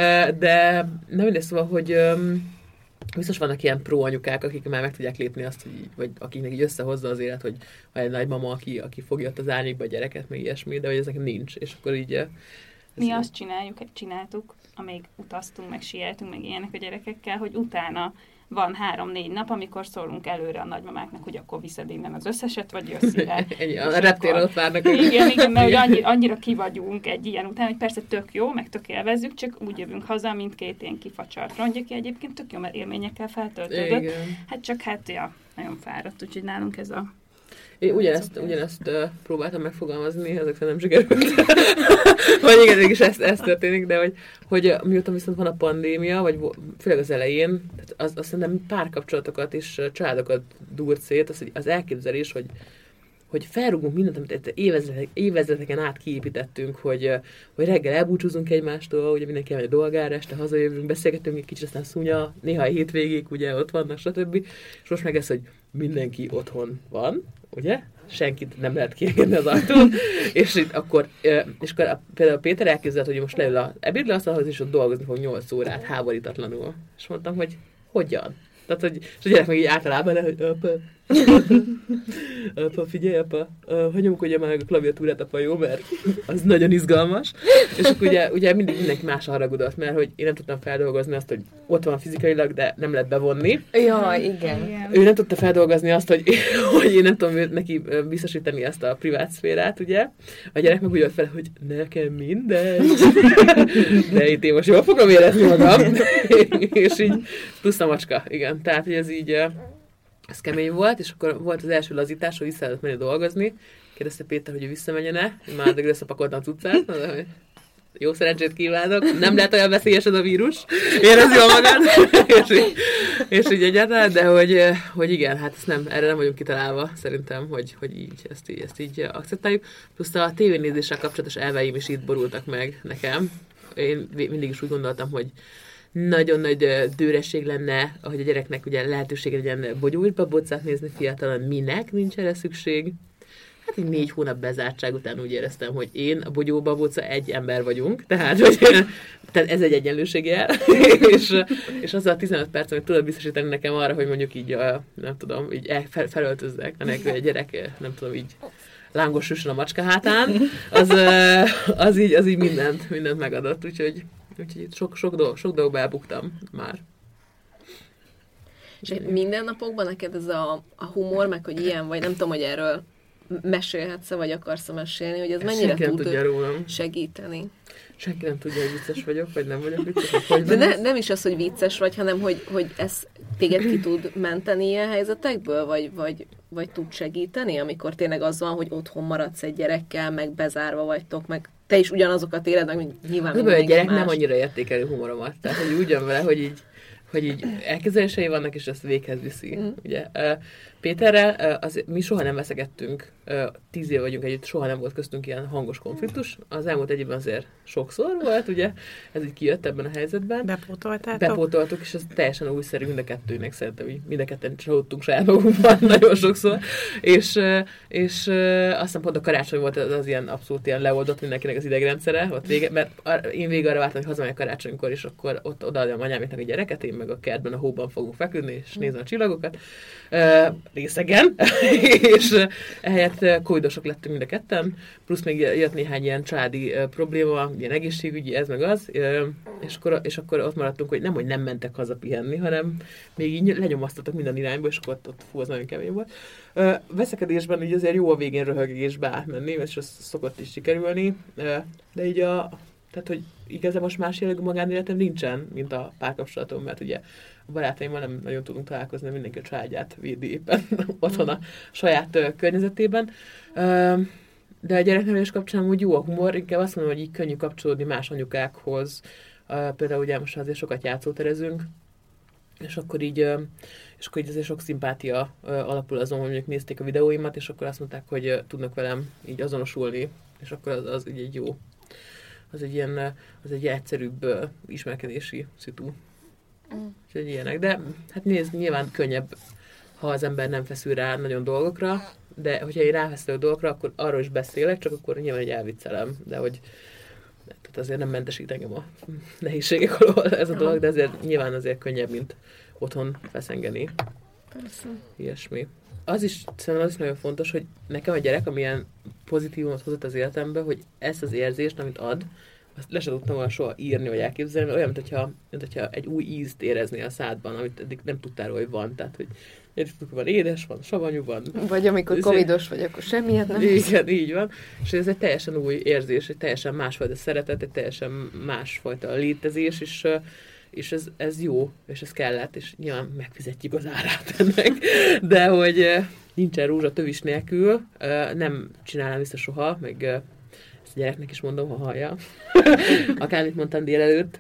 De nem mindegy, szóval, hogy um, biztos vannak ilyen pro anyukák, akik már meg tudják lépni azt, hogy így, vagy akiknek így összehozza az élet, hogy van egy nagymama, aki, aki fogja ott az árnyékba a gyereket, meg ilyesmi, de hogy ez nekem nincs, és akkor így... Mi azt csináljuk, csináltuk, amíg utaztunk, meg sieltünk, meg ilyenek a gyerekekkel, hogy utána van három-négy nap, amikor szólunk előre a nagymamáknak, hogy akkor viszed innen az összeset, vagy jössz ide. A reptéren ott várnak. Igen, igen, mert hogy annyira, annyira kivagyunk egy ilyen után, hogy persze tök jó, meg tök élvezzük, csak úgy jövünk haza, mint két ilyen kifacsart rongy, aki egyébként tök jó, mert élményekkel feltöltődött. Igen. Hát csak hát, ja, nagyon fáradt, úgyhogy nálunk ez a... Én ugyanezt, ugyanezt uh, próbáltam megfogalmazni, ezekre nem sikerült. Vagy igen, mégis ez, ez történik, de hogy, hogy miután viszont van a pandémia, vagy főleg az elején, az, azt szerintem párkapcsolatokat és családokat dúrt szét, az, az elképzelés, hogy, hogy felrúgunk mindent, amit évezretek, évezreteken át kiépítettünk, hogy, hogy reggel elbúcsúzunk egymástól, ugye mindenki elmegy a dolgára, este hazajövünk, beszélgetünk egy kicsit, aztán szunya, néha a hétvégéig ugye ott vannak, stb. És most meg ez, hogy mindenki otthon van, ugye? Senkit nem lehet kiengedni az ajtón, és itt akkor, és akkor például Péter elképzelt, hogy most leül az ebédleasztalhoz, és ott dolgozni fog nyolc órát háborítatlanul. És mondtam, hogy hogyan? Tehát, hogy, és a gyerek meg így általában le, hogy apa, apa, figyelj, apa, hogy nyomkodja már meg a klaviatúrát, apa, jó, mert az nagyon izgalmas. És akkor ugye, ugye mindig mindenki más haragudott, mert hogy én nem tudtam feldolgozni azt, hogy ott van fizikailag, de nem lehet bevonni. Ja, igen. Ő nem tudta feldolgozni azt, hogy, hogy én nem tudom neki biztosítani ezt a privát szférát, ugye. A gyerek meg úgy jött fel, hogy nekem mindegy. De itt én most jól fogom érezni magam. És így plusz a macska, igen. Tehát, hogy ez így... ez kemény volt, és akkor volt az első lazítás, hogy vissza lehetett menni dolgozni. Kérdezte Péter, hogy ő visszamenjene, már addig összepakoltam a cuccát, mondom, hogy jó szerencsét kívánok, nem lehet olyan veszélyes ez a vírus, érez jól magad, és, így, és így egyáltalán, de hogy, hogy igen, hát ezt nem, erre nem vagyunk kitalálva, szerintem, hogy, hogy így, ezt így, ezt így akceptáljuk. Plusz a tévénézéssel kapcsolatos elveim is itt borultak meg nekem. Én mindig is úgy gondoltam, hogy nagyon nagy dőresség lenne, hogy a gyereknek ugye lehetősége legyen bogyóirbabocát nézni fiatalon, minek nincs erre szükség. Hát egy négy hónap bezártság után úgy éreztem, hogy én, a bogyóbaboca egy ember vagyunk, tehát, hogy, tehát ez egy egyenlőségjel, és, és azzal a tizenöt perc, amit tudod biztosítani nekem arra, hogy mondjuk így, nem tudom, így fel, felöltözzek, anélkül egy gyerek, nem tudom, így lángos süssön a macska hátán, az, az, így, az így mindent, mindent megadott, úgyhogy, úgyhogy sok, sok, dolg, sok dolgba elbuktam már. És mindennapokban neked ez a, a humor, meg hogy ilyen vagy, nem tudom, hogy erről mesélhetsz-e, vagy akarsz mesélni, hogy ez mennyire tud segíteni. Senki nem tudja, hogy vicces vagyok, vagy nem vagyok vicces. Vagy De ne, nem is az, hogy vicces vagy, hanem hogy, hogy ez téged ki tud menteni ilyen helyzetekből, vagy, vagy, vagy tud segíteni, amikor tényleg az van, hogy otthon maradsz egy gyerekkel, meg bezárva vagytok, meg te is ugyanazokat éled, meg nyilván mindenki más. A gyerek nem annyira értékeli humoromat. Tehát, hogy úgy jön vele, hogy így hogy így elképzelései vannak, és ezt véghez viszi. Mm. Ugye? Péterrel az, mi soha nem veszegettünk, tíz év vagyunk együtt, soha nem volt köztünk ilyen hangos konfliktus. Az elmúlt egy évben azért sokszor volt, ugye? Ez így kijött ebben a helyzetben. Bepótoltátok? Bepótoltuk, és ez teljesen újszerű mind a kettőnek, szerintem így mind a ketten csalódtunk saját magunkban nagyon sokszor. És, és aztán pont a karácsony volt az, az ilyen abszolút ilyen leoldott mindenkinek az idegrendszere, ott vége, mert én végig arra vártam, hogy hazamegyek karácsonykor, és akkor ott odaadjam anyáméknak a gyereket, én meg a kertben, a hóban fogunk feküdni, és nézni a csillagokat. Részegen, és ehelyett covidosok lettünk mind a ketten, plusz még jött néhány ilyen családi probléma, ilyen egészségügyi, ez meg az, és akkor, és akkor ott maradtunk, hogy nem, hogy nem mentek haza pihenni, hanem még így lenyomasztottak minden irányba, és akkor ott, ott fú, az nagyon kemény volt. Veszekedésben így azért jó a végén röhögésbe átmenni, és az szokott is sikerülni, de így a tehát, hogy igazából most más jellegű magánéletem nincsen, mint a párkapcsolatom, mert ugye a barátaimmal nem nagyon tudunk találkozni, mindenki a családját védi éppen otthon a saját uh, környezetében. Uh, de a gyereknevelés kapcsán úgy jó a humor, inkább azt mondom, hogy így könnyű kapcsolódni más anyukákhoz. Uh, például ugye most azért sokat játszóterezünk, és akkor így, uh, és akkor így azért sok szimpátia uh, alapul azon, hogy mondjuk nézték a videóimat, és akkor azt mondták, hogy uh, tudnak velem így azonosulni, és akkor az, az így egy jó. Az egy ilyen, az egy egyszerűbb uh, ismerkedési szitu. Mm. Úgyhogy ilyenek. De hát nézd, nyilván könnyebb, ha az ember nem feszül rá nagyon dolgokra, de hogyha én ráfeszülök dolgokra, akkor arról is beszélek, csak akkor nyilván egy elviccelem, de hogy tehát azért nem mentesít engem a nehézségek alól ez a dolog, de azért nyilván azért könnyebb, mint otthon feszengeni. Persze. Ilyesmi. Az is, szerintem az is nagyon fontos, hogy nekem a gyerek, amilyen pozitívumot hozott az életembe, hogy ezt az érzést, amit ad, azt le sem tudtam volna soha írni, vagy elképzelni, olyan, mint hogyha, mint hogyha egy új ízt éreznél a szádban, amit eddig nem tudtál róla, hogy van. Tehát, hogy értük, van édes, van savanyú, van. Vagy amikor ez covidos vagy, akkor semmiért nem. Igen, így van. És ez egy teljesen új érzés, egy teljesen másfajta szeretet, egy teljesen másfajta létezés, és és ez, ez jó, és ez kellett, és nyilván megfizetjük az árát ennek, de hogy nincsen rózsa tövis nélkül, nem csinálnám vissza soha, meg ezt a gyereknek is mondom, ha hallja. Akármit mondtam délelőtt,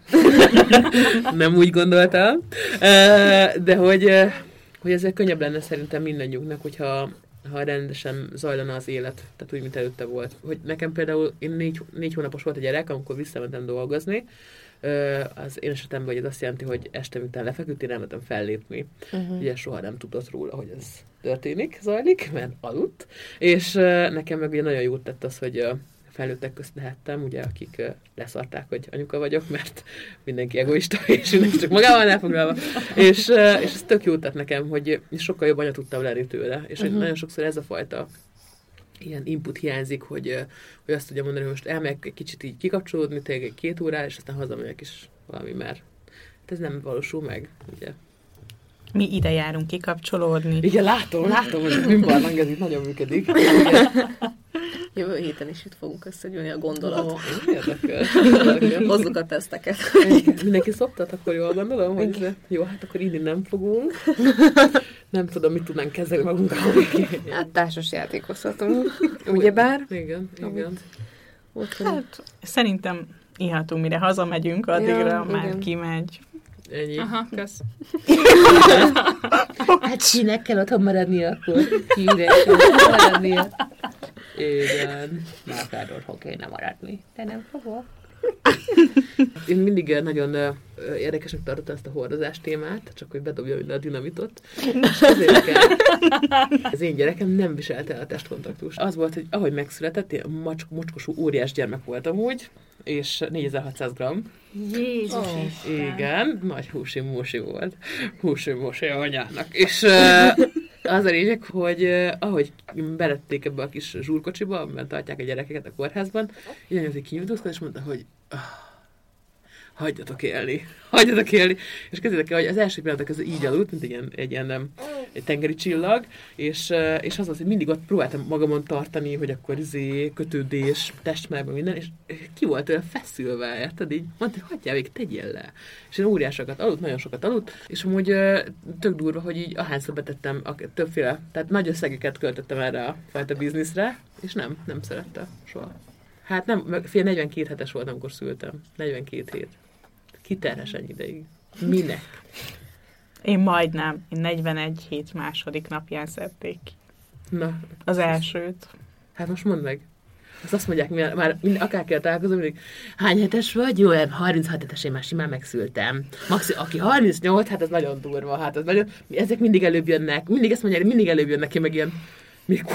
nem úgy gondoltam, de hogy, hogy ezzel könnyebb lenne szerintem mindannyiunknak, hogyha ha rendesen zajlana az élet, tehát úgy, mint előtte volt. Hogy nekem például én négy, négy hónapos volt a gyerek, amikor visszamentem dolgozni, az én esetemben, hogy ez azt jelenti, hogy este után lefeküdt, én nem mentem fellépni. Uh-huh. Ugye soha nem tudott róla, hogy ez történik, zajlik, mert aludt. És nekem meg ugye nagyon jót tett az, hogy felnőttek közt lehettem, ugye, akik leszarták, hogy anyuka vagyok, mert mindenki egoista, és mindenki csak magával elfoglalva. és, és ez tök jót tett nekem, hogy sokkal jobb anya tudtam lenni tőle. És uh-huh. nagyon sokszor ez a fajta ilyen input hiányzik, hogy, hogy azt tudja mondani, hogy most elmegyek egy kicsit így kikapcsolódni, tényleg egy két órára, és aztán hazamegyek is valami, mert ez nem valósul meg, ugye. Mi ide járunk kikapcsolódni. Igen, látom, látom, hogy a bűnbarlang ez itt nagyon működik. Jövő héten is itt fogunk összegyűlni a gondolat. Oh, érdekel. Hozzuk a teszteket. Mindenki szoktat, akkor jól gondolom, hogy jó, hát akkor inni nem fogunk. Nem tudom, mit tudnánk kezdeni magunkkal. Hát társas játékozhatunk, ugyebár? Igen, igen. Hát, szerintem ihatunk, mire hazamegyünk, addigra ja, már igen. kimegy. Ennyi. Aha, kösz. Hát sinek kell otthon maradni akkor. Kinek kell otthon maradnia. Igen. Már akár otthon kéne maradni. De nem fogok. Én mindig nagyon uh, érdekesnek tartottam ezt a hordozás témát, csak hogy bedobja ide a dinamitot. És ezért kell, az én gyerekem nem viselte el a testkontaktust. Az volt, hogy ahogy megszületett, én macs- mocskosú óriás gyermek voltam úgy, és négyezer-hatszáz gramm. Jézus Oh, Isten. igen, nagy húsi-músi volt. Húsi-músi anyának. És uh, az a lényeg, hogy uh, ahogy belették ebbe a kis zsúrkocsiba, amiben tartják a gyerekeket a kórházban, így azért kinyújtózkodott, és mondta, hogy oh, hagyjatok élni, hagyjatok élni. És kezdődök el, hogy az első pillanatok közül így aludt, mint egy ilyen, egy ilyen egy tengeri csillag, és, uh, és az az, hogy mindig ott próbáltam magamon tartani, hogy akkor izé, kötődés, testmelben minden, és ki volt olyan feszülve, érted? Így mondta, hogy hagyjál végig, tegyél le. És én óriásokat aludt, nagyon sokat aludt, és amúgy uh, tök durva, hogy így ahányszor betettem a, többféle, tehát nagy összegeket költöttem erre a fajta bizniszre, és nem, nem szerette soha. Hát nem, fél negyvenkét hetes volt, amikor szültem. negyvenkét hét. Kiterhes ennyi ideig. Minek? Én majdnem. Én negyvenegy hét második napján szedték ki. Na. Az elsőt. Hát most mondd meg. Azt azt mondják, már, már mind, akár kell találkozom, mindig, hány hetes vagy? Jó, harminchat hetes, én már simán megszültem. Maxi, aki harmincnyolc, hát ez nagyon durva, hát ez nagyon, ezek mindig előbb jönnek, mindig ezt mondják, mindig előbb jönnek ki, meg ilyen, mikor?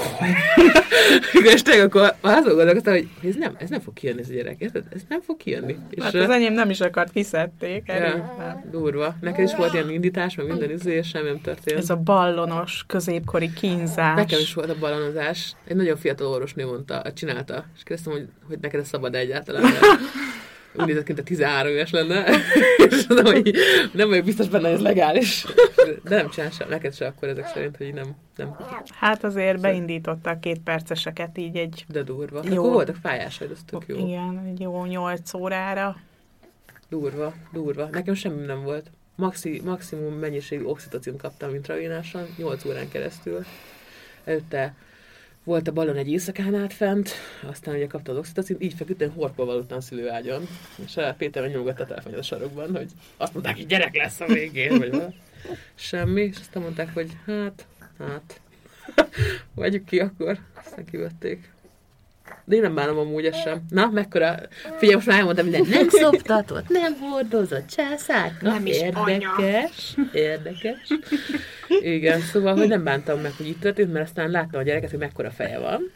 És tényleg akkor azon gondolkoztam, hogy ez nem, ez nem fog kijönni ez a gyerek, ez, ez nem fog kijönni. Hát és, az enyém nem is akart, kiszedték. Ja, durva. Neked is volt ilyen indítás, meg minden izé, és semmi nem történt. Ez a ballonos, középkori kínzás. Nekem is volt a ballonozás. Egy nagyon fiatal orvosnő mondta, csinálta, és kérdeztem, hogy, hogy neked ez szabad egyáltalán. Úgy nézett, mint a tizenhárom éves lenne, és mondom, hogy nem vagyok biztos benne, hogy ez legális. De nem csinál sem, neked se akkor ezek szerint, hogy nem. nem. Hát azért beindították két perceseket így egy... De durva. Jó. Akkor voltak fájásaid, az tök jó. Igen, egy jó nyolc órára. Durva, durva. Nekem semmi nem volt. Maxi, maximum mennyiségű oxitocint kaptam intravénásan, nyolc órán keresztül. Előtte volt a ballon egy éjszakán át fent, aztán ugye kapta az oxitocint, így feküdtem, horkolva aludtam a szülőágyon. És a Péter megnyomogatta a telefonját a sarokban, hogy azt mondták, hogy gyerek lesz a végén, vagy valami. Semmi, és aztán mondták, hogy hát, hát, vegyük ki akkor, aztán kivették. De én nem bánom amúgy ezt sem. Na, mekkora... Figyelj, most már elmondtam mindent. Nem szoptatott, nem hordozott császárka. Nem is érdekes, érdekes. Igen, szóval, hogy nem bántam meg, hogy itt történt, mert aztán láttam a gyereket, hogy mekkora feje van.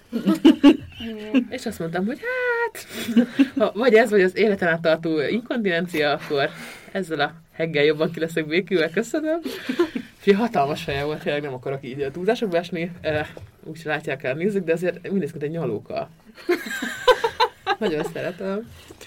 És azt mondtam, hogy hát, ha vagy ez, vagy az életen át tartó inkontinencia, akkor ezzel a heggel jobban ki leszek békülve, köszönöm. Fia, hatalmas feje volt, tényleg nem akarok így a túlzásokba esni, úgyhogy látják el, nézzük, de azért mindez, mint egy nyalóka. Nagyon szeretem.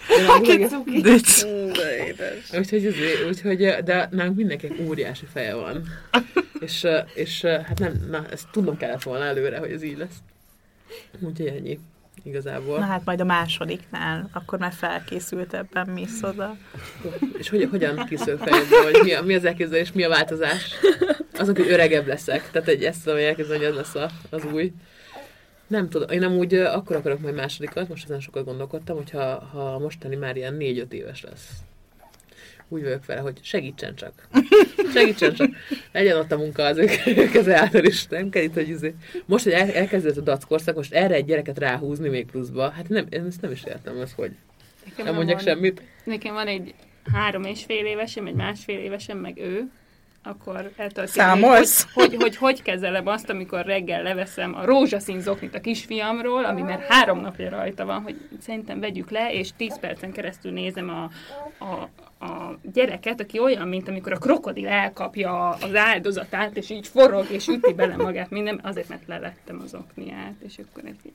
De Úgyhogy, úgyhogy, de nálunk mindenkinek óriási feje van. És, és hát nem, na, ezt tudnom kellett volna előre, hogy ez így lesz. Úgyhogy ennyi. Igazából. Na hát majd a másodiknál, akkor már felkészültebben mész oda. És hogy, hogyan készül fejedbe, hogy mi, a, mi az elképzelés, mi a változás? Azok, hogy öregebb leszek. Tehát egy ezt tudom, hogy elképzelni, hogy ez lesz a, az új. Nem tudom, én amúgy akkor akarok majd másodikat, most ezen sokat gondolkodtam, hogyha ha mostani már ilyen négy-öt éves lesz. Úgy vagyok vele, hogy segítsen csak. Segítsen csak. Legyen ott a munka az ők, ők ez által is. Nem kell itt, hogy izé. Most, hogy el, elkezdődött a dackorszak, most erre egy gyereket ráhúzni még pluszba. Hát nem, én ezt nem is értem, ez hogy. Nekem nem mondjak van, semmit. Nekem van egy három és fél évesem, egy másfél évesem, meg ő. Akkor eltől Számolsz? Hogy hogy, hogy hogy kezelem azt, amikor reggel leveszem a rózsaszín zoknit a kisfiamról, ami már három napja rajta van, hogy szerintem vegyük le, és tíz percen keresztül nézem a, a, a gyereket, aki olyan, mint amikor a krokodil elkapja az áldozatát, és így forog, és üti bele magát minden, azért, mert levettem az okniát, és akkor egy...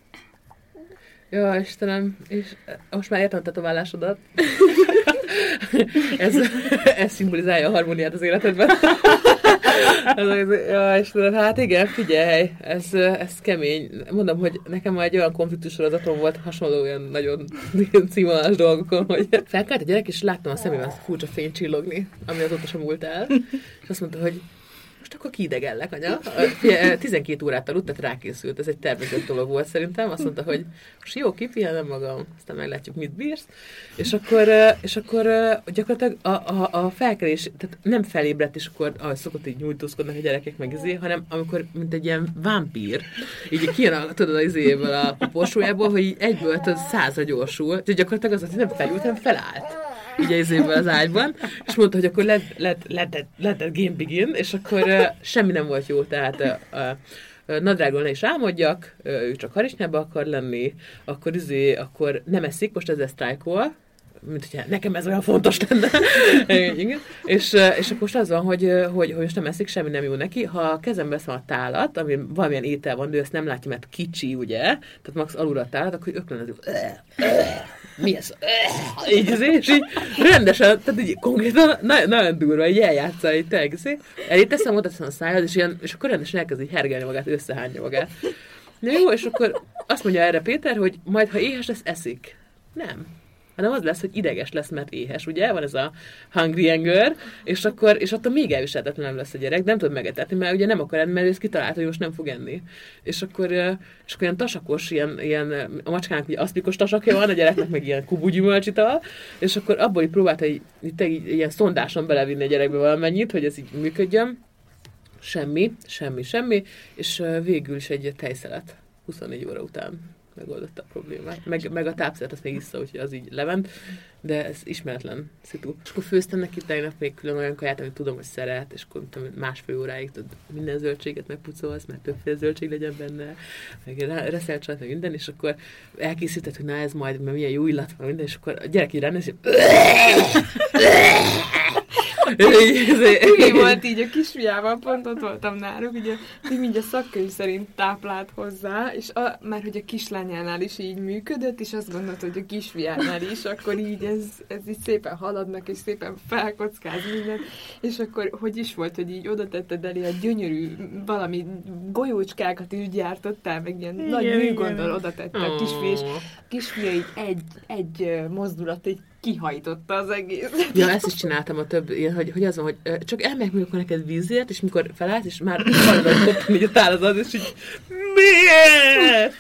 Ja, Istenem, és most már értem a tetoválásodat. ez, ez szimbolizálja a harmóniát az életedben. Ja, Istenem, hát igen, figyelj, ez, ez kemény. Mondom, hogy nekem már egy olyan konfliktus sorozatom volt hasonló olyan nagyon színvonalas dolgokon, hogy felkelt a gyerek, és láttam a szemében furcsa fény csillogni, ami azóta sem múlt el. És azt mondta, hogy most akkor kiidegellek, anya. tizenkét órát aludt, tehát rákészült. Ez egy tervezett dolog volt szerintem. Azt mondta, hogy most jó, kipihenem magam, aztán meglátjuk, mit bírsz. És akkor, és akkor gyakorlatilag a, a, a felkelés, tehát nem felébredt, és akkor, ahogy szokott, így nyújtózkodnak a gyerekek meg izé, hanem amikor, mint egy ilyen vámpír, így kijön a, tudod, az izéből a porsójából, hogy így egyből tudod, százra gyorsul. Tehát gyakorlatilag az, hogy nem felült, hanem felállt. Így izéből az ágyban, és mondta, hogy akkor let, let, let, let, let that game begin, és akkor uh, semmi nem volt jó, tehát uh, uh, nadrágon le is álmodjak, uh, ő csak harisnyába akar lenni, akkor izé, akkor nem eszik, most ezzel sztrájkol, mint hogyha nekem ez olyan fontos lenne. Igen. És, és akkor most az van, hogy, hogy, hogy most nem eszik, semmi nem jó neki. Ha a kezembe veszem a tálat, ami valamilyen étel van, de ő ezt nem látja, mert kicsi, ugye, tehát max alulra a tálat, akkor öklön az mi ez? Így, és így rendesen, tehát így konkrétan nagyon, nagyon durva, így eljátszál, így tényleg, elé teszem, oda teszem a szájad, és, ilyen, és akkor rendesen elkezd így hergelni magát, összehányja magát. Na jó, és akkor azt mondja erre Péter, hogy majd, ha éhes lesz, eszik. Nem. Hanem az lesz, hogy ideges lesz, mert éhes, ugye? Van ez a hungry anger, és akkor, és attól még elviselhetetlenebb lesz a gyerek, nem tud megetetni, mert ugye nem akar enni, mert ő ezt kitalálta, hogy most nem fog enni. És akkor, és akkor ilyen tasakos, ilyen, ilyen a macskának ugye aszpikos tasakja van, a gyereknek meg ilyen kubú gyümölcsital, és akkor abból így próbálta így, így, így ilyen szondáson belevinni a gyerekbe valamennyit, hogy ez így működjön. Semmi, semmi, semmi, és végül is egy tejszelet huszonnégy óra után megoldotta a problémát. Meg, meg a tápszert azt még issza, úgyhogy az így lement, de ez ismeretlen szitu. És akkor főztem neki tegnap még külön olyan kaját, amit tudom, hogy szeret, és akkor tudom, másfél óráig tudod, minden zöldséget megpucolsz, mert többféle zöldség legyen benne, meg reszelcsát, meg minden, és akkor elkészített, hogy na ez majd, mert milyen jó illat van minden, és akkor a gyerek így ránéz, és Tüli volt így a kisfiával, pont ott voltam náluk, ugye, hogy így a szakkönyv szerint táplált hozzá, és a, már hogy a kislányánál is így működött, és azt gondolt, hogy a kisfiánál is, akkor így ez, ez így szépen haladnak, és szépen felkockáz minden, és akkor hogy is volt, hogy így oda tetted elé a gyönyörű valami golyócskákat is gyártottál, meg ilyen igen, nagy műgondol oda tette a kisfia, és a kisfia így egy, egy mozdulat, egy kihajtotta az egész. Ja, ezt is csináltam a több, ilyen, hogy, hogy az van, hogy csak elmegyek mondjuk neked vízért, és mikor felállt, és már valahogy koptam így a tálazat, és így miért?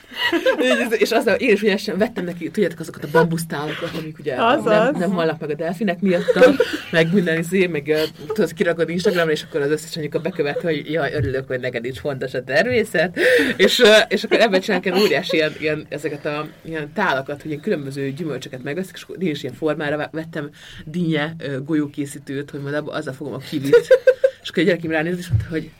És azzal én is ugye vettem neki, tudjátok, azokat a bambusztálakat, amik ugye nem, nem hallnak meg a delfinek miattam, meg minden izé, meg tudod, kirakod Instagramra, és akkor az összes anyuka bekövet, hogy jaj, örülök, hogy neked is fontos a természet, és, és akkor ebben csinálják óriási ilyen, ilyen, ezeket a ilyen tálakat, hogy ilyen különböző gyümölcsöket megveszik, és akkor én is ilyen formára vettem dinnye golyókészítőt, hogy majd abba azzal fogom a kivit. És akkor a gyerekem ránéz, és mondta, hogy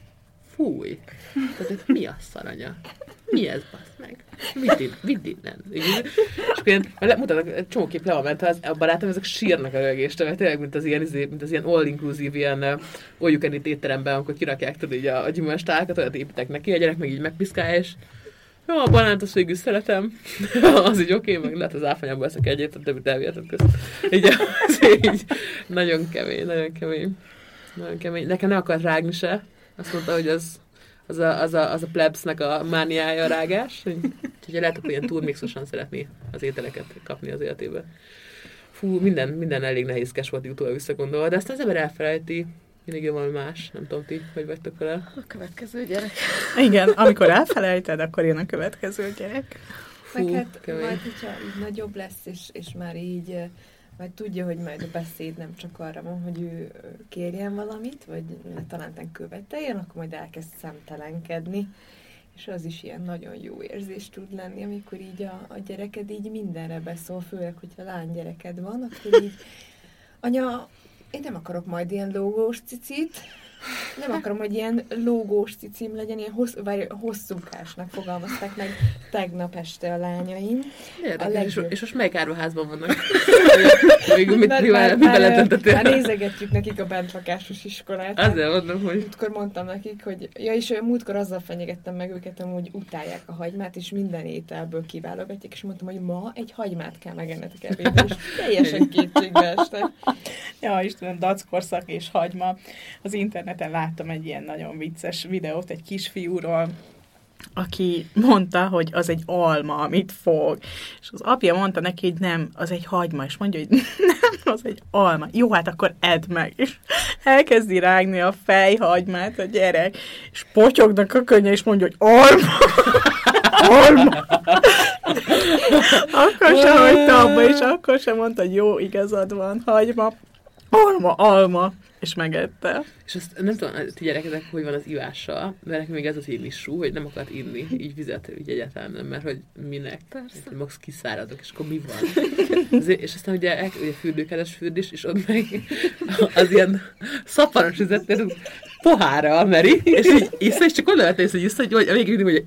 fúj, tehát mi a szaranya? Mi ez, bassz meg? Vidd, in, vidd innen. És akkor ilyen, mutatnak, egy csomó kép le van ment, az, a barátom, ezek sírnak a rögéstől, mert tényleg, mint az ilyen, mint az ilyen all-inclusive, ilyen all you can eat étteremben, amikor kirakják, tudod, így a, a gyümölcstálakat, olyat építek neki, a gyerek meg így megpiszkálja, és jó, a banánt azt végül szeretem, az így oké, okay, meg lehet az áfanyából eszek egyet, a többit elvihetem közt. Így, így, nagyon kemény, nagyon kemény, nagyon kemény. Nekem nem akart rágni se, azt mondta, hogy az, az, a, az, a, az a plebsnek a mániája a rágás, úgyhogy lehet, hogy ilyen turmixosan szeretné az ételeket kapni az életében. Fú, minden, minden elég nehézkes volt utólag visszagondolva, de aztán az ember elfelejti. Mindig jön valami más. Nem tudom, ti, hogy vagytok vele? A következő gyerek. Igen, amikor elfelejted, akkor jön a következő gyerek. Fú, meg hát kemény. Majd, hogyha így nagyobb lesz, és, és már így majd tudja, hogy majd a beszéd nem csak arra van, hogy ő kérjen valamit, vagy talán követeljen, akkor majd elkezd szemtelenkedni. És az is ilyen nagyon jó érzés tud lenni, amikor így a, a gyereked így mindenre beszól, főleg, hogyha lánygyereked van, akkor így anya, én nem akarok majd ilyen lógós cicit, nem akarom, hogy ilyen lógós cicim legyen, ilyen hossz, vagy hosszúkásnak fogalmazták meg tegnap este a lányaim. Érdekes, és, és most melyik áruházban vannak? Végül mit, mi már, mi beletentettél? Már nézegetjük nekik a bentlakásos iskolát. Azért mondom, hogy... Múltkor mondtam nekik, hogy... Ja, és olyan múltkor azzal fenyegettem meg őket, hogy utálják a hagymát, és minden ételből kiválogatják, és mondtam, hogy ma egy hagymát kell megennetek ebédben, és teljesen kétségbe estek. Ja, Istenem, dackorszak és hagyma. Az interneten láttam egy ilyen nagyon vicces videót egy kisfiúról, aki mondta, hogy az egy alma, amit fog. És az apja mondta neki, hogy nem, az egy hagyma, és mondja, hogy nem, az egy alma. Jó, hát akkor edd meg. És elkezdi rágni a fejhagymát a gyerek, és potyognak a könnye, és mondja, hogy alma! Alma! Akkor sem hagyta abba, és akkor sem mondta, hogy jó, igazad van, hagyma, alma, alma. És megette. És azt nem tudom, ti gyerekedek, hogy van az ivással, de nekem még ez az illisú, hogy nem akart inni, így vizet, így egyáltalán nem, mert hogy minek? Persze. Max kiszáradok, és akkor mi van? Azért, és aztán ugye, ugye fürdőkedes fürdés, és ott meg az ilyen szappanos vizet, pohárral meri, és így iszta, és csak oda vette észre, hogy iszta, hogy a végig hogy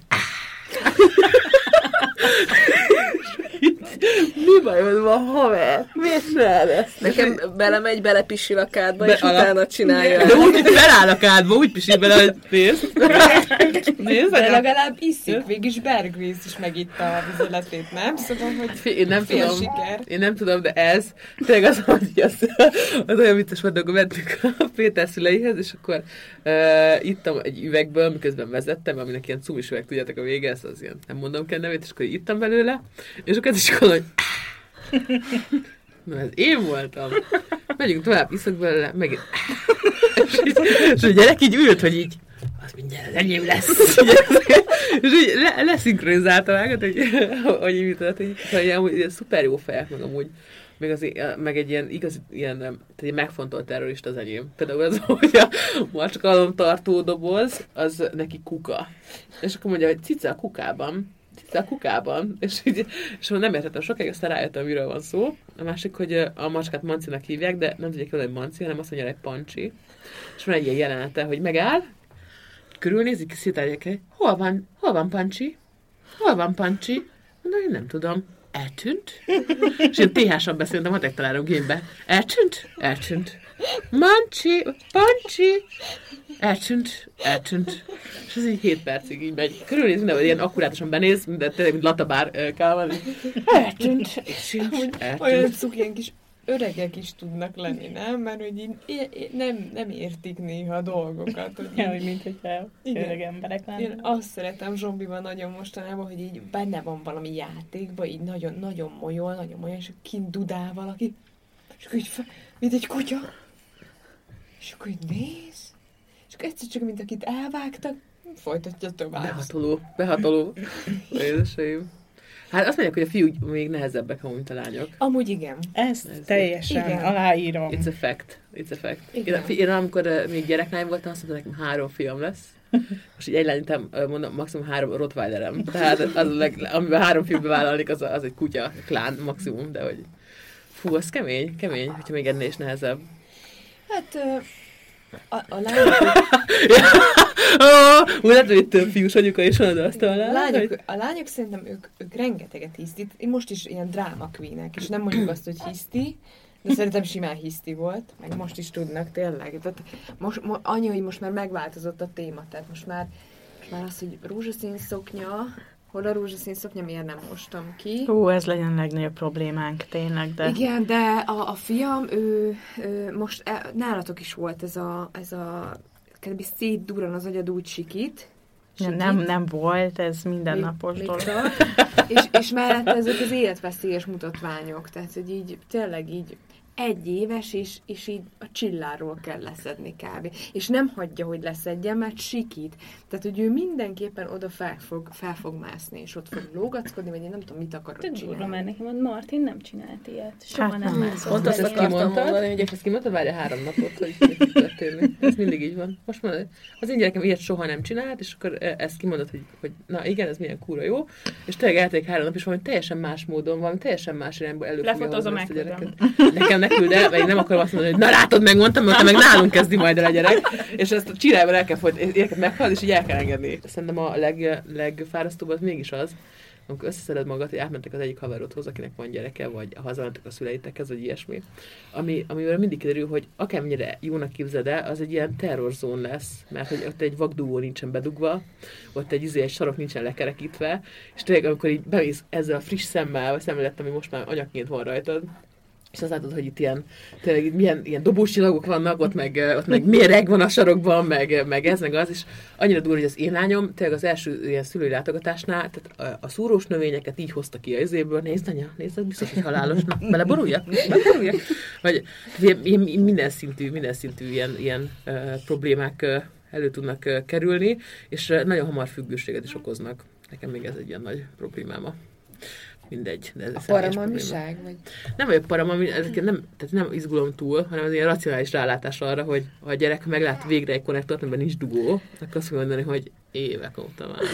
mi bajod van, haver? Miért csinál ezt? Nekem belemegy, belepisil a kádba, Be és alap... utána csinálja. De úgy, hogy beláll a kádba, úgy pisil bele, hogy nézd. Nézd, de legalább iszik, végig Bergvíz is megitta a vizületét, nem? Szóval, hogy én nem fél tudom, siker. Én nem tudom, de ez tényleg az, hogy az, az olyan vicces volt, akkor mentünk a Péter szüleihez, és akkor uh, ittam egy üvegből, miközben vezettem, aminek ilyen cumis üveg, tudjátok a vége, ez az ilyen, nem mondom kell nevét, és akkor ittam belőle, és akkor ez is hogy na, ez én voltam. Megyünk tovább, iszok belőle, megint. És, így, és a gyerek így ült, hogy így, az mindjárt az enyém lesz. És így le, leszinkronizálta vágat, hogy, hogy így jutott, hogy, hogy ilyen szuper jó fejek, meg amúgy, meg, az, meg egy ilyen igazi, ilyen, tehát egy megfontolt terrorista az enyém. Például az, hogy a macskalalom tartó doboz, az neki kuka. És akkor mondja, hogy cica a kukában. a kukában, és így és nem értettem sokáig, aztán rájöttem, miről van szó. A másik, hogy a macskát Mancinak hívják, de nem tudják, hogy Manci, hanem azt mondja, hogy Pancsi. És van egy ilyen jelenete, hogy megáll, körülnézik, szétárják, hol van, hol van Pancsi? Hol van Pancsi? Mondom, én nem tudom. Eltűnt? És én téhásan beszéltem, ha megtalálom gémbe. Eltűnt? Eltűnt. Mancsi, Pancsi, eltűnt, eltűnt. És ez így hét percig így megy. Körülnéz mindenhol, ilyen akkurátusan benéz, de tényleg, mint latabár kával. Eltűnt, és sincs, eltűnt. Olyan cuk, ilyen kis öregek is tudnak lenni, nem? Mert hogy így nem, nem értik néha a dolgokat. Hogy ja, hogy mint hogyha öreg emberek lenni. Én azt szeretem Zsombiban nagyon mostanában, hogy így benne van valami játékban, így nagyon-nagyon molyol, nagyon molyol, és kint dudál valaki, és akkor így fel, mint egy kutya. És akkor így néz, és akkor egyszer csak, mint akit elvágtak, folytatja tovább. Behatoló, behatoló. Édeseim. Hát azt mondják, hogy a fiúk még nehezebbek, mint a lányok. Amúgy igen. Ezt Ez teljesen igen. Aláírom. It's a fact. It's a fact. Én, én amikor uh, még gyereklány voltam, azt mondtam, nekem három fiam lesz. Most így egy lány után mondom, maximum három rottweilerem. Tehát az a leg, amiben három fiú bevállalnék, az, az egy kutya klán maximum, de hogy fú, az kemény, kemény, hogyha még ennél is nehezebb. Hát a, a lányok... Úgy lehet, hogy több fiús anyuka is van, de azt a lányok. Hogy... A lányok szerintem ők, ők rengeteget hisztit. Én most is ilyen dráma queenek, és nem mondjuk azt, hogy hiszti, de szerintem simán hiszti volt, meg most is tudnak tényleg. Tehát most, mo, annyi, hogy most már megváltozott a téma, tehát most már, most már az, hogy rózsaszín szoknya, hol a rózsaszín szoknya, miért nem mostam ki. Hú, ez legyen a legnagyobb problémánk, tényleg, de... Igen, de a, a fiam, ő, ő most e, nálatok is volt ez a, ez a kb. Szétdurran az agyad úgy sikít. sikít. Nem, nem volt, ez mindennapos dolog. és, és mellett ezek az életveszélyes mutatványok, tehát hogy így tényleg így egy éves, és, és így a csilláról kell leszedni kb. És nem hagyja, hogy leszedjen, mert sikít. Tehát, hogy ő mindenképpen oda fel fog, fel fog mászni, és ott fog lógackodni, vagy én nem tudom, mit akarok csinálni. Tudod, mert nekem a Martin nem csinált ilyet. Soha hát nem mászott. Pont azt ezt kimondtad, hogy ezt kimondtad, várja három napot, hogy mit történik. Ez mindig így van. Most mondod, az én gyerekem ilyet soha nem csinált, és akkor ezt kimondod, hogy, hogy na igen, ez milyen kúra jó, és tényleg eltelik három nap, és valami teljesen más módon, valami teljesen más irányba előfogja hozni ezt a gyereket. Nekem ne küld el, vagy nem akarom azt mondani, hogy na látod, megmondtam, mert te meg nálunk kezdi majd el a gyerek, és ezt a csirályban el kell folytani, érket meghal, és így el kell engedni. Szerintem a leg, legfárasztóbb az mégis az, amikor összeszeded magad, hogy átmentek az egyik haverodhoz, akinek van gyereke, vagy hazamentek a szüleitekhez, vagy ilyesmi, ami, amivel mindig kiderül, hogy akármennyire jónak képzeld el, az egy ilyen terrorzón lesz, mert hogy ott egy vakdúvó nincsen bedugva, ott egy, izé, egy sarok nincsen lekerekítve, és tényleg amikor így bemész ezzel a friss szemmel, vagy szemlélettel, ami most már anyaként van rajtad, és azt látod, hogy itt ilyen, tényleg itt milyen ilyen dobóscsillagok vannak, ott meg, ott meg méreg van a sarokban, meg, meg ez, meg az, és annyira durva, hogy az én lányom tényleg az első ilyen szülői látogatásnál, tehát a, a szúrós növényeket így hozta ki a izéből, nézd anya, nézd, ez biztos, hogy halálos, na, beleboruljak, beleboruljak. Vagy ilyen, minden szintű, minden szintű ilyen, ilyen uh, problémák uh, elő tudnak uh, kerülni, és uh, nagyon hamar függőséget is okoznak. Nekem még ez egy ilyen nagy problémáma. Mindegy. De ez a paramamiság? Vagy? Nem vagyok paramami, ezeket nem, tehát nem izgulom túl, hanem az ilyen racionális rálátás arra, hogy ha a gyerek meglát végre egy konnektort, amiben nincs dugó, akkor azt mondani, hogy évek óta már.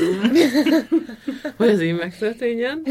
Hogy ez így megtörténjen.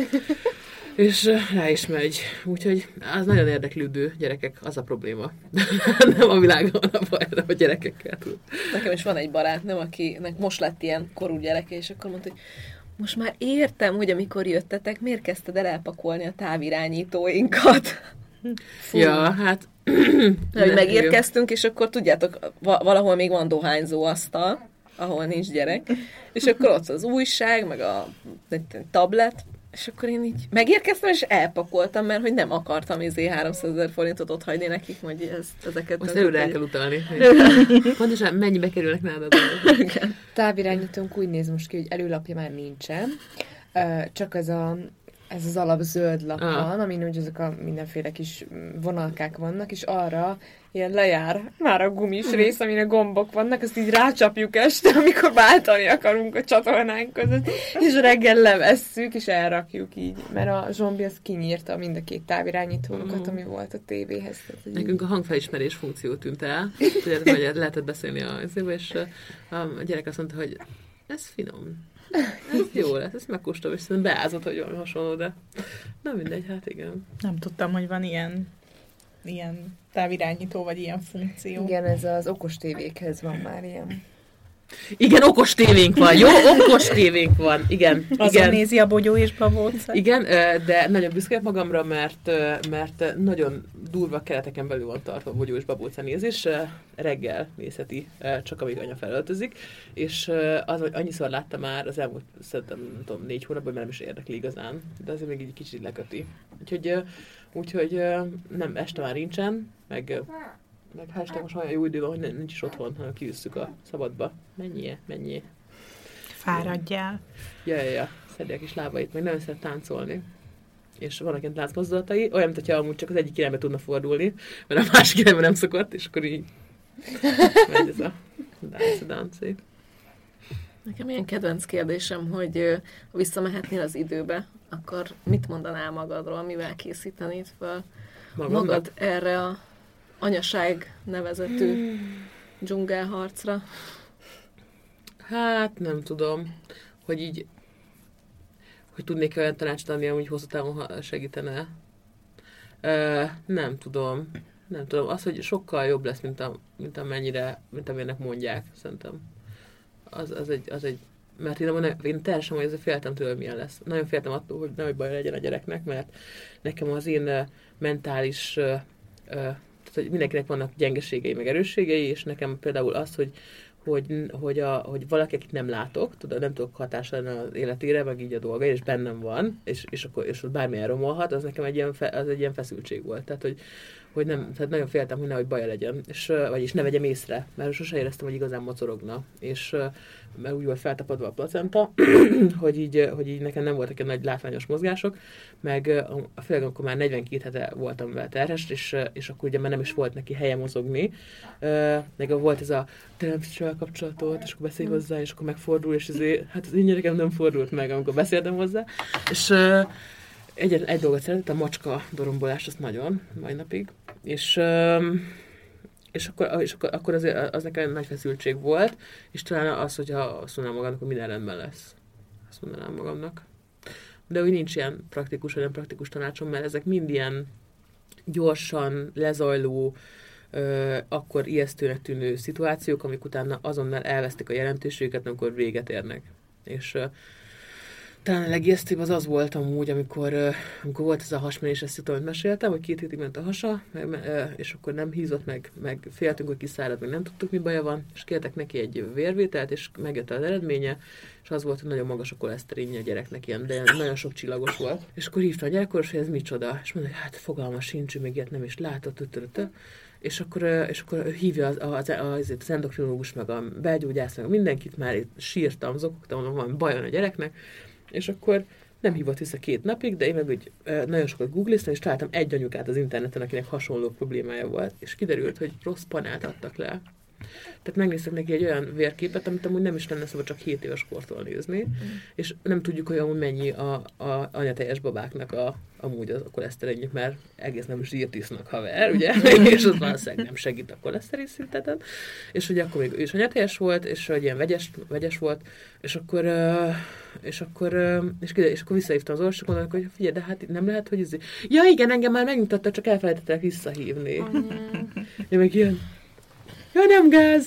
És rá is megy. Úgyhogy az nagyon érdeklődő gyerekek, az a probléma. Nem a világon a baj, de a gyerekekkel tud. Nekem is van egy barátnőm, akinek most lett ilyen korú gyereke, és akkor mondta, hogy most már értem, hogy amikor jöttetek, miért kezdted el elpakolni a távirányítóinkat? Fú. Ja, hát... Hogy megérkeztünk, és akkor tudjátok, valahol még van dohányzó asztal, ahol nincs gyerek, és akkor ott az újság, meg a tablet, és akkor én így megérkeztem, és elpakoltam, mert hogy nem akartam izé háromszázezer forintot ott hagyni nekik, hogy ezt, ezeket... Most előre el kell utalni. Pontosan mennyibe kerülnek nálad? Távirányítónk úgy néz most ki, hogy előlapja már nincsen. Csak ez a ez az alap zöld lap ah. van, amin úgy azok a mindenféle kis vonalkák vannak, és arra ilyen lejár már a gumis rész, amin a gombok vannak, azt így rácsapjuk este, amikor váltani akarunk a csatornánk között, és reggel levesszük, és elrakjuk így, mert a zsombi az kinyírta mind a két távirányítónkat, ami volt a tévéhez. Nekünk a hangfelismerés funkció tűnt el, hogy lehetett beszélni a zébe, és a gyerek azt mondta, hogy ez finom. Ez jó lesz, ezt megkóstolom, és szerintem beázott, hogy valami hasonló, de nem mindegy, hát igen. Nem tudtam, hogy van ilyen, ilyen távirányító, vagy ilyen funkció. Igen, ez az okos tévékhez van már ilyen. Igen, okos tévénk van, jó? Okos tévénk van, igen. Azon igen. Nézi a Bogyó és Babóca. Igen, de nagyon büszke magamra, mert, mert nagyon durva kereteken belül van tartva a Bogyó és Babóca nézés. Reggel nézheti, csak amíg anya felöltözik, és az, hogy annyiszor láttam már az elmúlt, szerintem, nem tudom, négy hónapban, mert nem is érdekli igazán, de azért még egy kicsit leköti. Úgyhogy, úgyhogy nem, este már nincsen, meg... Meg hashtag most olyan jó idő van, hogy nincs is otthon, hanem kiüsszük a szabadba. Mennyi? Mennyi? Fáradjál. Ja, ja, ja. Szedje a kis lábait, meg nagyon szeret táncolni. És vannak ilyen táncmozdulatai, olyan, mintha amúgy csak az egyik irányba tudna fordulni, mert a másik irányba nem szokott, és akkor így megy ez a dánci, dánci. Nekem ilyen kedvenc kérdésem, hogy ha visszamehetnél az időbe, akkor mit mondanál magadról, mivel készítenéd fel Magamnak? magad erre a anyaság nevezetű dzsungelharcra? Hát nem tudom, hogy így hogy tudnék olyan tanácsot adni, amúgy hosszú távon segítene. Ö, nem tudom. Nem tudom. Az, hogy sokkal jobb lesz, mint, a, mint amennyire, mint amilyennek mondják, szerintem. Az, az, egy, az egy, mert én, én teljesen hogy ezzel féltem tőle, milyen lesz. Nagyon féltem attól, hogy nehogy baj legyen a gyereknek, mert nekem az én uh, mentális uh, uh, tehát, hogy mindenkinek vannak gyengeségei, meg erősségei, és nekem például az, hogy, hogy, hogy, a, hogy valaki, akit nem látok, tudod, nem tudok hatással lenni az életére, meg így a dolgai, és bennem van, és, és akkor és bármilyen romolhat, az nekem egy ilyen, fe, az egy ilyen feszültség volt. Tehát, hogy, hogy nem, tehát nagyon féltem, hogy nehogy baja legyen, és, vagyis ne vegyem észre, mert sose éreztem, hogy igazán mocorogna, és mert úgy volt feltapadva a placenta, hogy így, hogy így nekem nem voltak ilyen nagy látványos mozgások, meg főleg amikor már negyvenkét hete voltam vele terhes, és, és akkor ugye már nem is volt neki helye mozogni, meg volt ez a teremtsd a kapcsolatot, és akkor beszélj hozzá, és akkor megfordul, és ezért, hát az én gyerekem nem fordult meg, amikor beszéltem hozzá, és egy, egy dolgot szeretett, a macska dorombolást, azt nagyon, mai napig, és És akkor, és akkor, akkor azért, az nekem nagy feszültség volt, és talán az, hogyha azt mondanám magamnak, hogy minden rendben lesz. Azt mondanám magamnak. De úgy nincs ilyen praktikus, vagy nem praktikus tanácsom, mert ezek mind ilyen gyorsan, lezajló, ö, akkor ijesztőnek tűnő szituációk, amik utána azonnal elvesztik a jelentőségüket, amikor véget érnek. És ö, Talán a legijesztőbb az az volt amúgy, amikor, amikor volt ez a hasmenés, ezt tudom, hogy meséltem, hogy két hétig ment a hasa, és akkor nem hízott, meg, meg féltünk, hogy kiszárad, meg nem tudtuk, mi baja van, és kértek neki egy vérvételt, és megjött az eredménye, és az volt, hogy nagyon magas a koleszterinje a gyereknek, ilyen, de nagyon sok csillagos volt. És akkor hívta a gyerekorvos, hogy ez micsoda, és mondta, hogy hát fogalma sincs, még ilyet nem is látott, és akkor, és akkor hívja az, az, az, az endokrinológus, meg a belgyógyász, meg mindenkit, már sírtam, zokogtam, mondom, van baj van a gyereknek, és akkor nem hívott vissza két napig, de én meg úgy nagyon sokat googliztam, és találtam egy anyukát az interneten, akinek hasonló problémája volt, és kiderült, hogy rossz panelt adtak le. Tehát megnéztek neki egy olyan vérképet, amit amúgy nem is lenne szabad csak hét éves kortól nézni, mm. és nem tudjuk, hogy amúgy mennyi a, a anyatejes babáknak a, amúgy a koleszterinjük, mert egész nem zsírt isznak, haver, ugye, és az valószínűleg nem segít a koleszterin szinteten, és ugye akkor még ő is anyatejes volt, és hogy ilyen vegyes, vegyes volt, és akkor, és akkor, és, és akkor visszahívtam az orvosok, mondanak, hogy figyelj, de hát nem lehet, hogy ez... Ja igen, engem már megnyugtatta, csak elfelejtettek visszahívni. Mm. Én meg ilyen... Ja, nem gáz!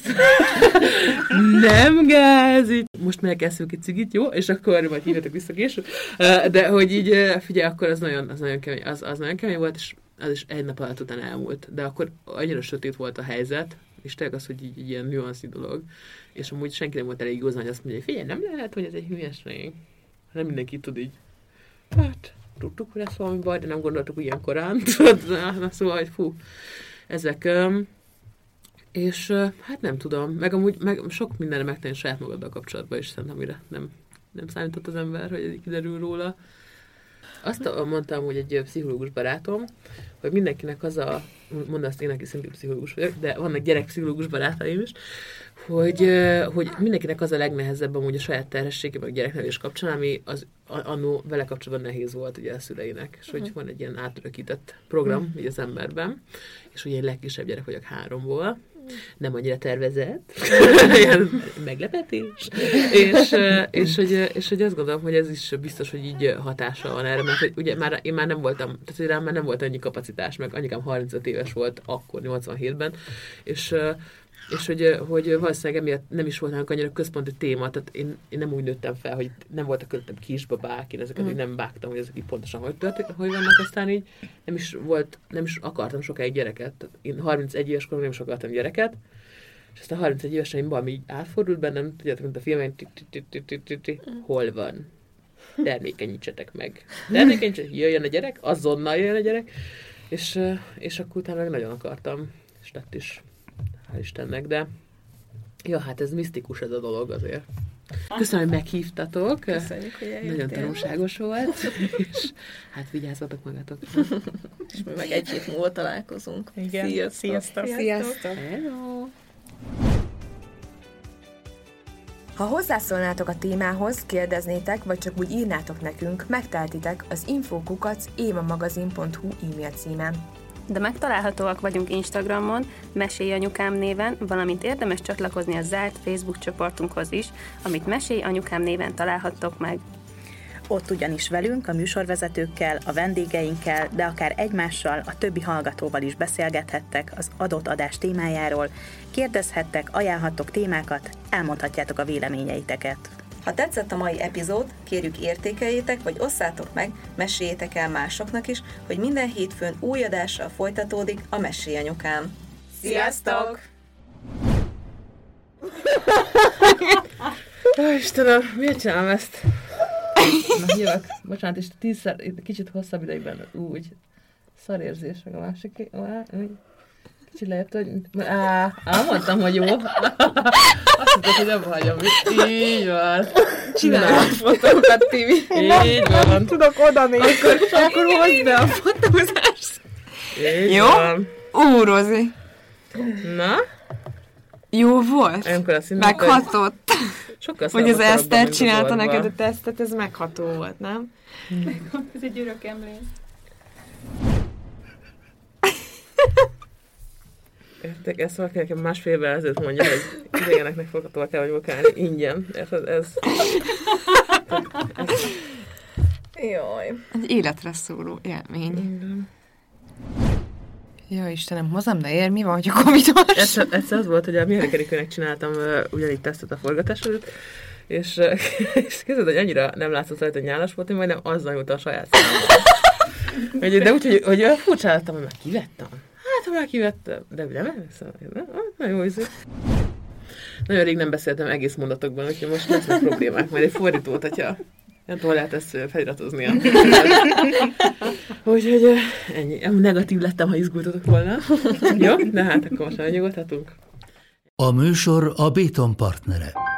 nem gáz! Így. Most megkezdünk egy cigit, jó? És akkor majd hívjatok vissza később. De hogy így, figyelj, akkor az nagyon, az nagyon kemény, az, az nagyon kemény volt, és az is egy nap alatt után elmúlt. De akkor annyira sötét volt a helyzet, és tényleg az, hogy így, így ilyen nüanszi dolog. És amúgy senki nem volt elég igazán, hogy azt mondja, hogy figyelj, nem lehet, hogy ez egy hülyeség. Nem mindenki tud így. Hát, tudtuk, hogy lesz valami baj, de nem gondoltuk ilyen korán. Na, szóval, hogy fú, ezek... Um, és hát nem tudom, meg amúgy meg sok mindenre megtenni saját magaddal kapcsolatban is, szerintem, amire nem, nem számított az ember, hogy ez kiderül róla. Azt mondtam, hogy egy pszichológus barátom, hogy mindenkinek az a, mondd azt én, aki szintén pszichológus vagyok, de vannak gyerekpszichológus barátaim is, hogy, hogy mindenkinek az a legnehezebb amúgy a saját terhessége, meg gyereknevelés kapcsán, ami az annó vele kapcsolatban nehéz volt ugye a szüleinek, és hogy van egy ilyen átörökített program így az emberben, és ugye én legkisebb gyerek vagyok háromból, nem annyira tervezett, ilyen meglepetés, és, és, hogy, és hogy azt gondolom, hogy ez is biztos, hogy így hatása van erre, mert hogy ugye már, én már nem voltam, tehát hogy rám már nem volt annyi kapacitás, meg anyukám harmincöt éves volt akkor, nyolcvanhétben, és és hogy, hogy valószínűleg emiatt nem is volt nálunk annyira központi téma, tehát én, én nem úgy nőttem fel, hogy nem voltak közöttem kisbabák, én ezeket mm. nem vágtam, hogy ezek így pontosan hogy, történt, hogy vannak, aztán így nem is volt, nem is akartam sokáig gyereket. Tehát én harmincegy éves koron nem is akartam gyereket, és aztán harmincegy évesen én valami így átfordult bennem, tudjátok, mint a filmen, hol van? Termékenyítsetek meg. Termékenyítsetek, jöjjön a gyerek, azonnal jöjjön a gyerek, és, és akkor utána meg nagyon akartam, és lett is. Hál' Istennek, de ja, hát ez misztikus ez a dolog azért. Köszönöm, hogy meghívtatok. Köszönjük, hogy eljöttél. Nagyon tanulságos volt, és hát vigyázzatok magatokra. És mi meg egy hét múlva találkozunk. Igen. Sziasztok! Sziasztok! Sziasztok. Hello. Ha hozzászólnátok a témához, kérdeznétek, vagy csak úgy írnátok nekünk, megteltitek az infókukac évamagazin pont hu e-mail címen. De megtalálhatóak vagyunk Instagramon, Mesélj Anyukám néven, valamint érdemes csatlakozni a zárt Facebook csoportunkhoz is, amit Mesélj Anyukám néven találhattok meg. Ott ugyanis velünk, a műsorvezetőkkel, a vendégeinkkel, de akár egymással, a többi hallgatóval is beszélgethettek az adott adás témájáról, kérdezhettek, ajánlhattok témákat, elmondhatjátok a véleményeiteket. Ha tetszett a mai epizód, kérjük értékeljétek, vagy osszátok meg, meséljétek el másoknak is, hogy minden hétfőn új adással folytatódik a Mesélj Anyukám. Sziasztok! Ó, Istenem, miért csinálom ezt? Na, jövök. Bocsánat, és tízszer, kicsit hosszabb ideigben úgy. Szarérzés, meg a másik. Kicsit lehet, hogy... Á, á, mondtam, hogy jó. Azt mondtad, hogy nem hagyom. Így van. Csinálj a fotókat, Tibi. Így van. Nem tudok oda nézni. Akkor, akkor hozd be a fotózást. Így jó? Van. Ú, Rozi. Na? Jó volt? Meghatott. Hogy az Eszter csinálta neked a tesztet, ez megható volt, nem? Ez egy örök emlék. Értek, ezt valaki nekem másfél évvel ezelőtt mondja, hogy idegeneknek foghatóval kell vagyok ingyen. Érted? Ez... ez... Jaj. Egy életre szóló élmény. Igen. Ja, Istenem, hozzám ne ér, mi van, hogyha covidos? Egyszer, egyszer az volt, hogy a Mihály Kerikőnek csináltam uh, ugyanígy tesztet a forgatás előtt, és, és kezdett, hogy annyira nem látszott rajta, hogy nyálas volt, hogy majdnem azzal nyújt a saját számomra. De úgy, hogy, hogy furcsáltam, hogy már kivettem. Hát, ha már kivettem, de nem emlékszem. Nagyon jó ízű. Nagyon rég nem beszéltem egész mondatokban, úgyhogy most lesznek problémák, majd egy fordítót, hogyha nem tudom, lehet ezt feliratoznia. Úgyhogy ennyi. Negatív lettem, ha izgultatok volna. Jó? De hát akkor most már nyugodhatunk. A műsor a Béton partnere.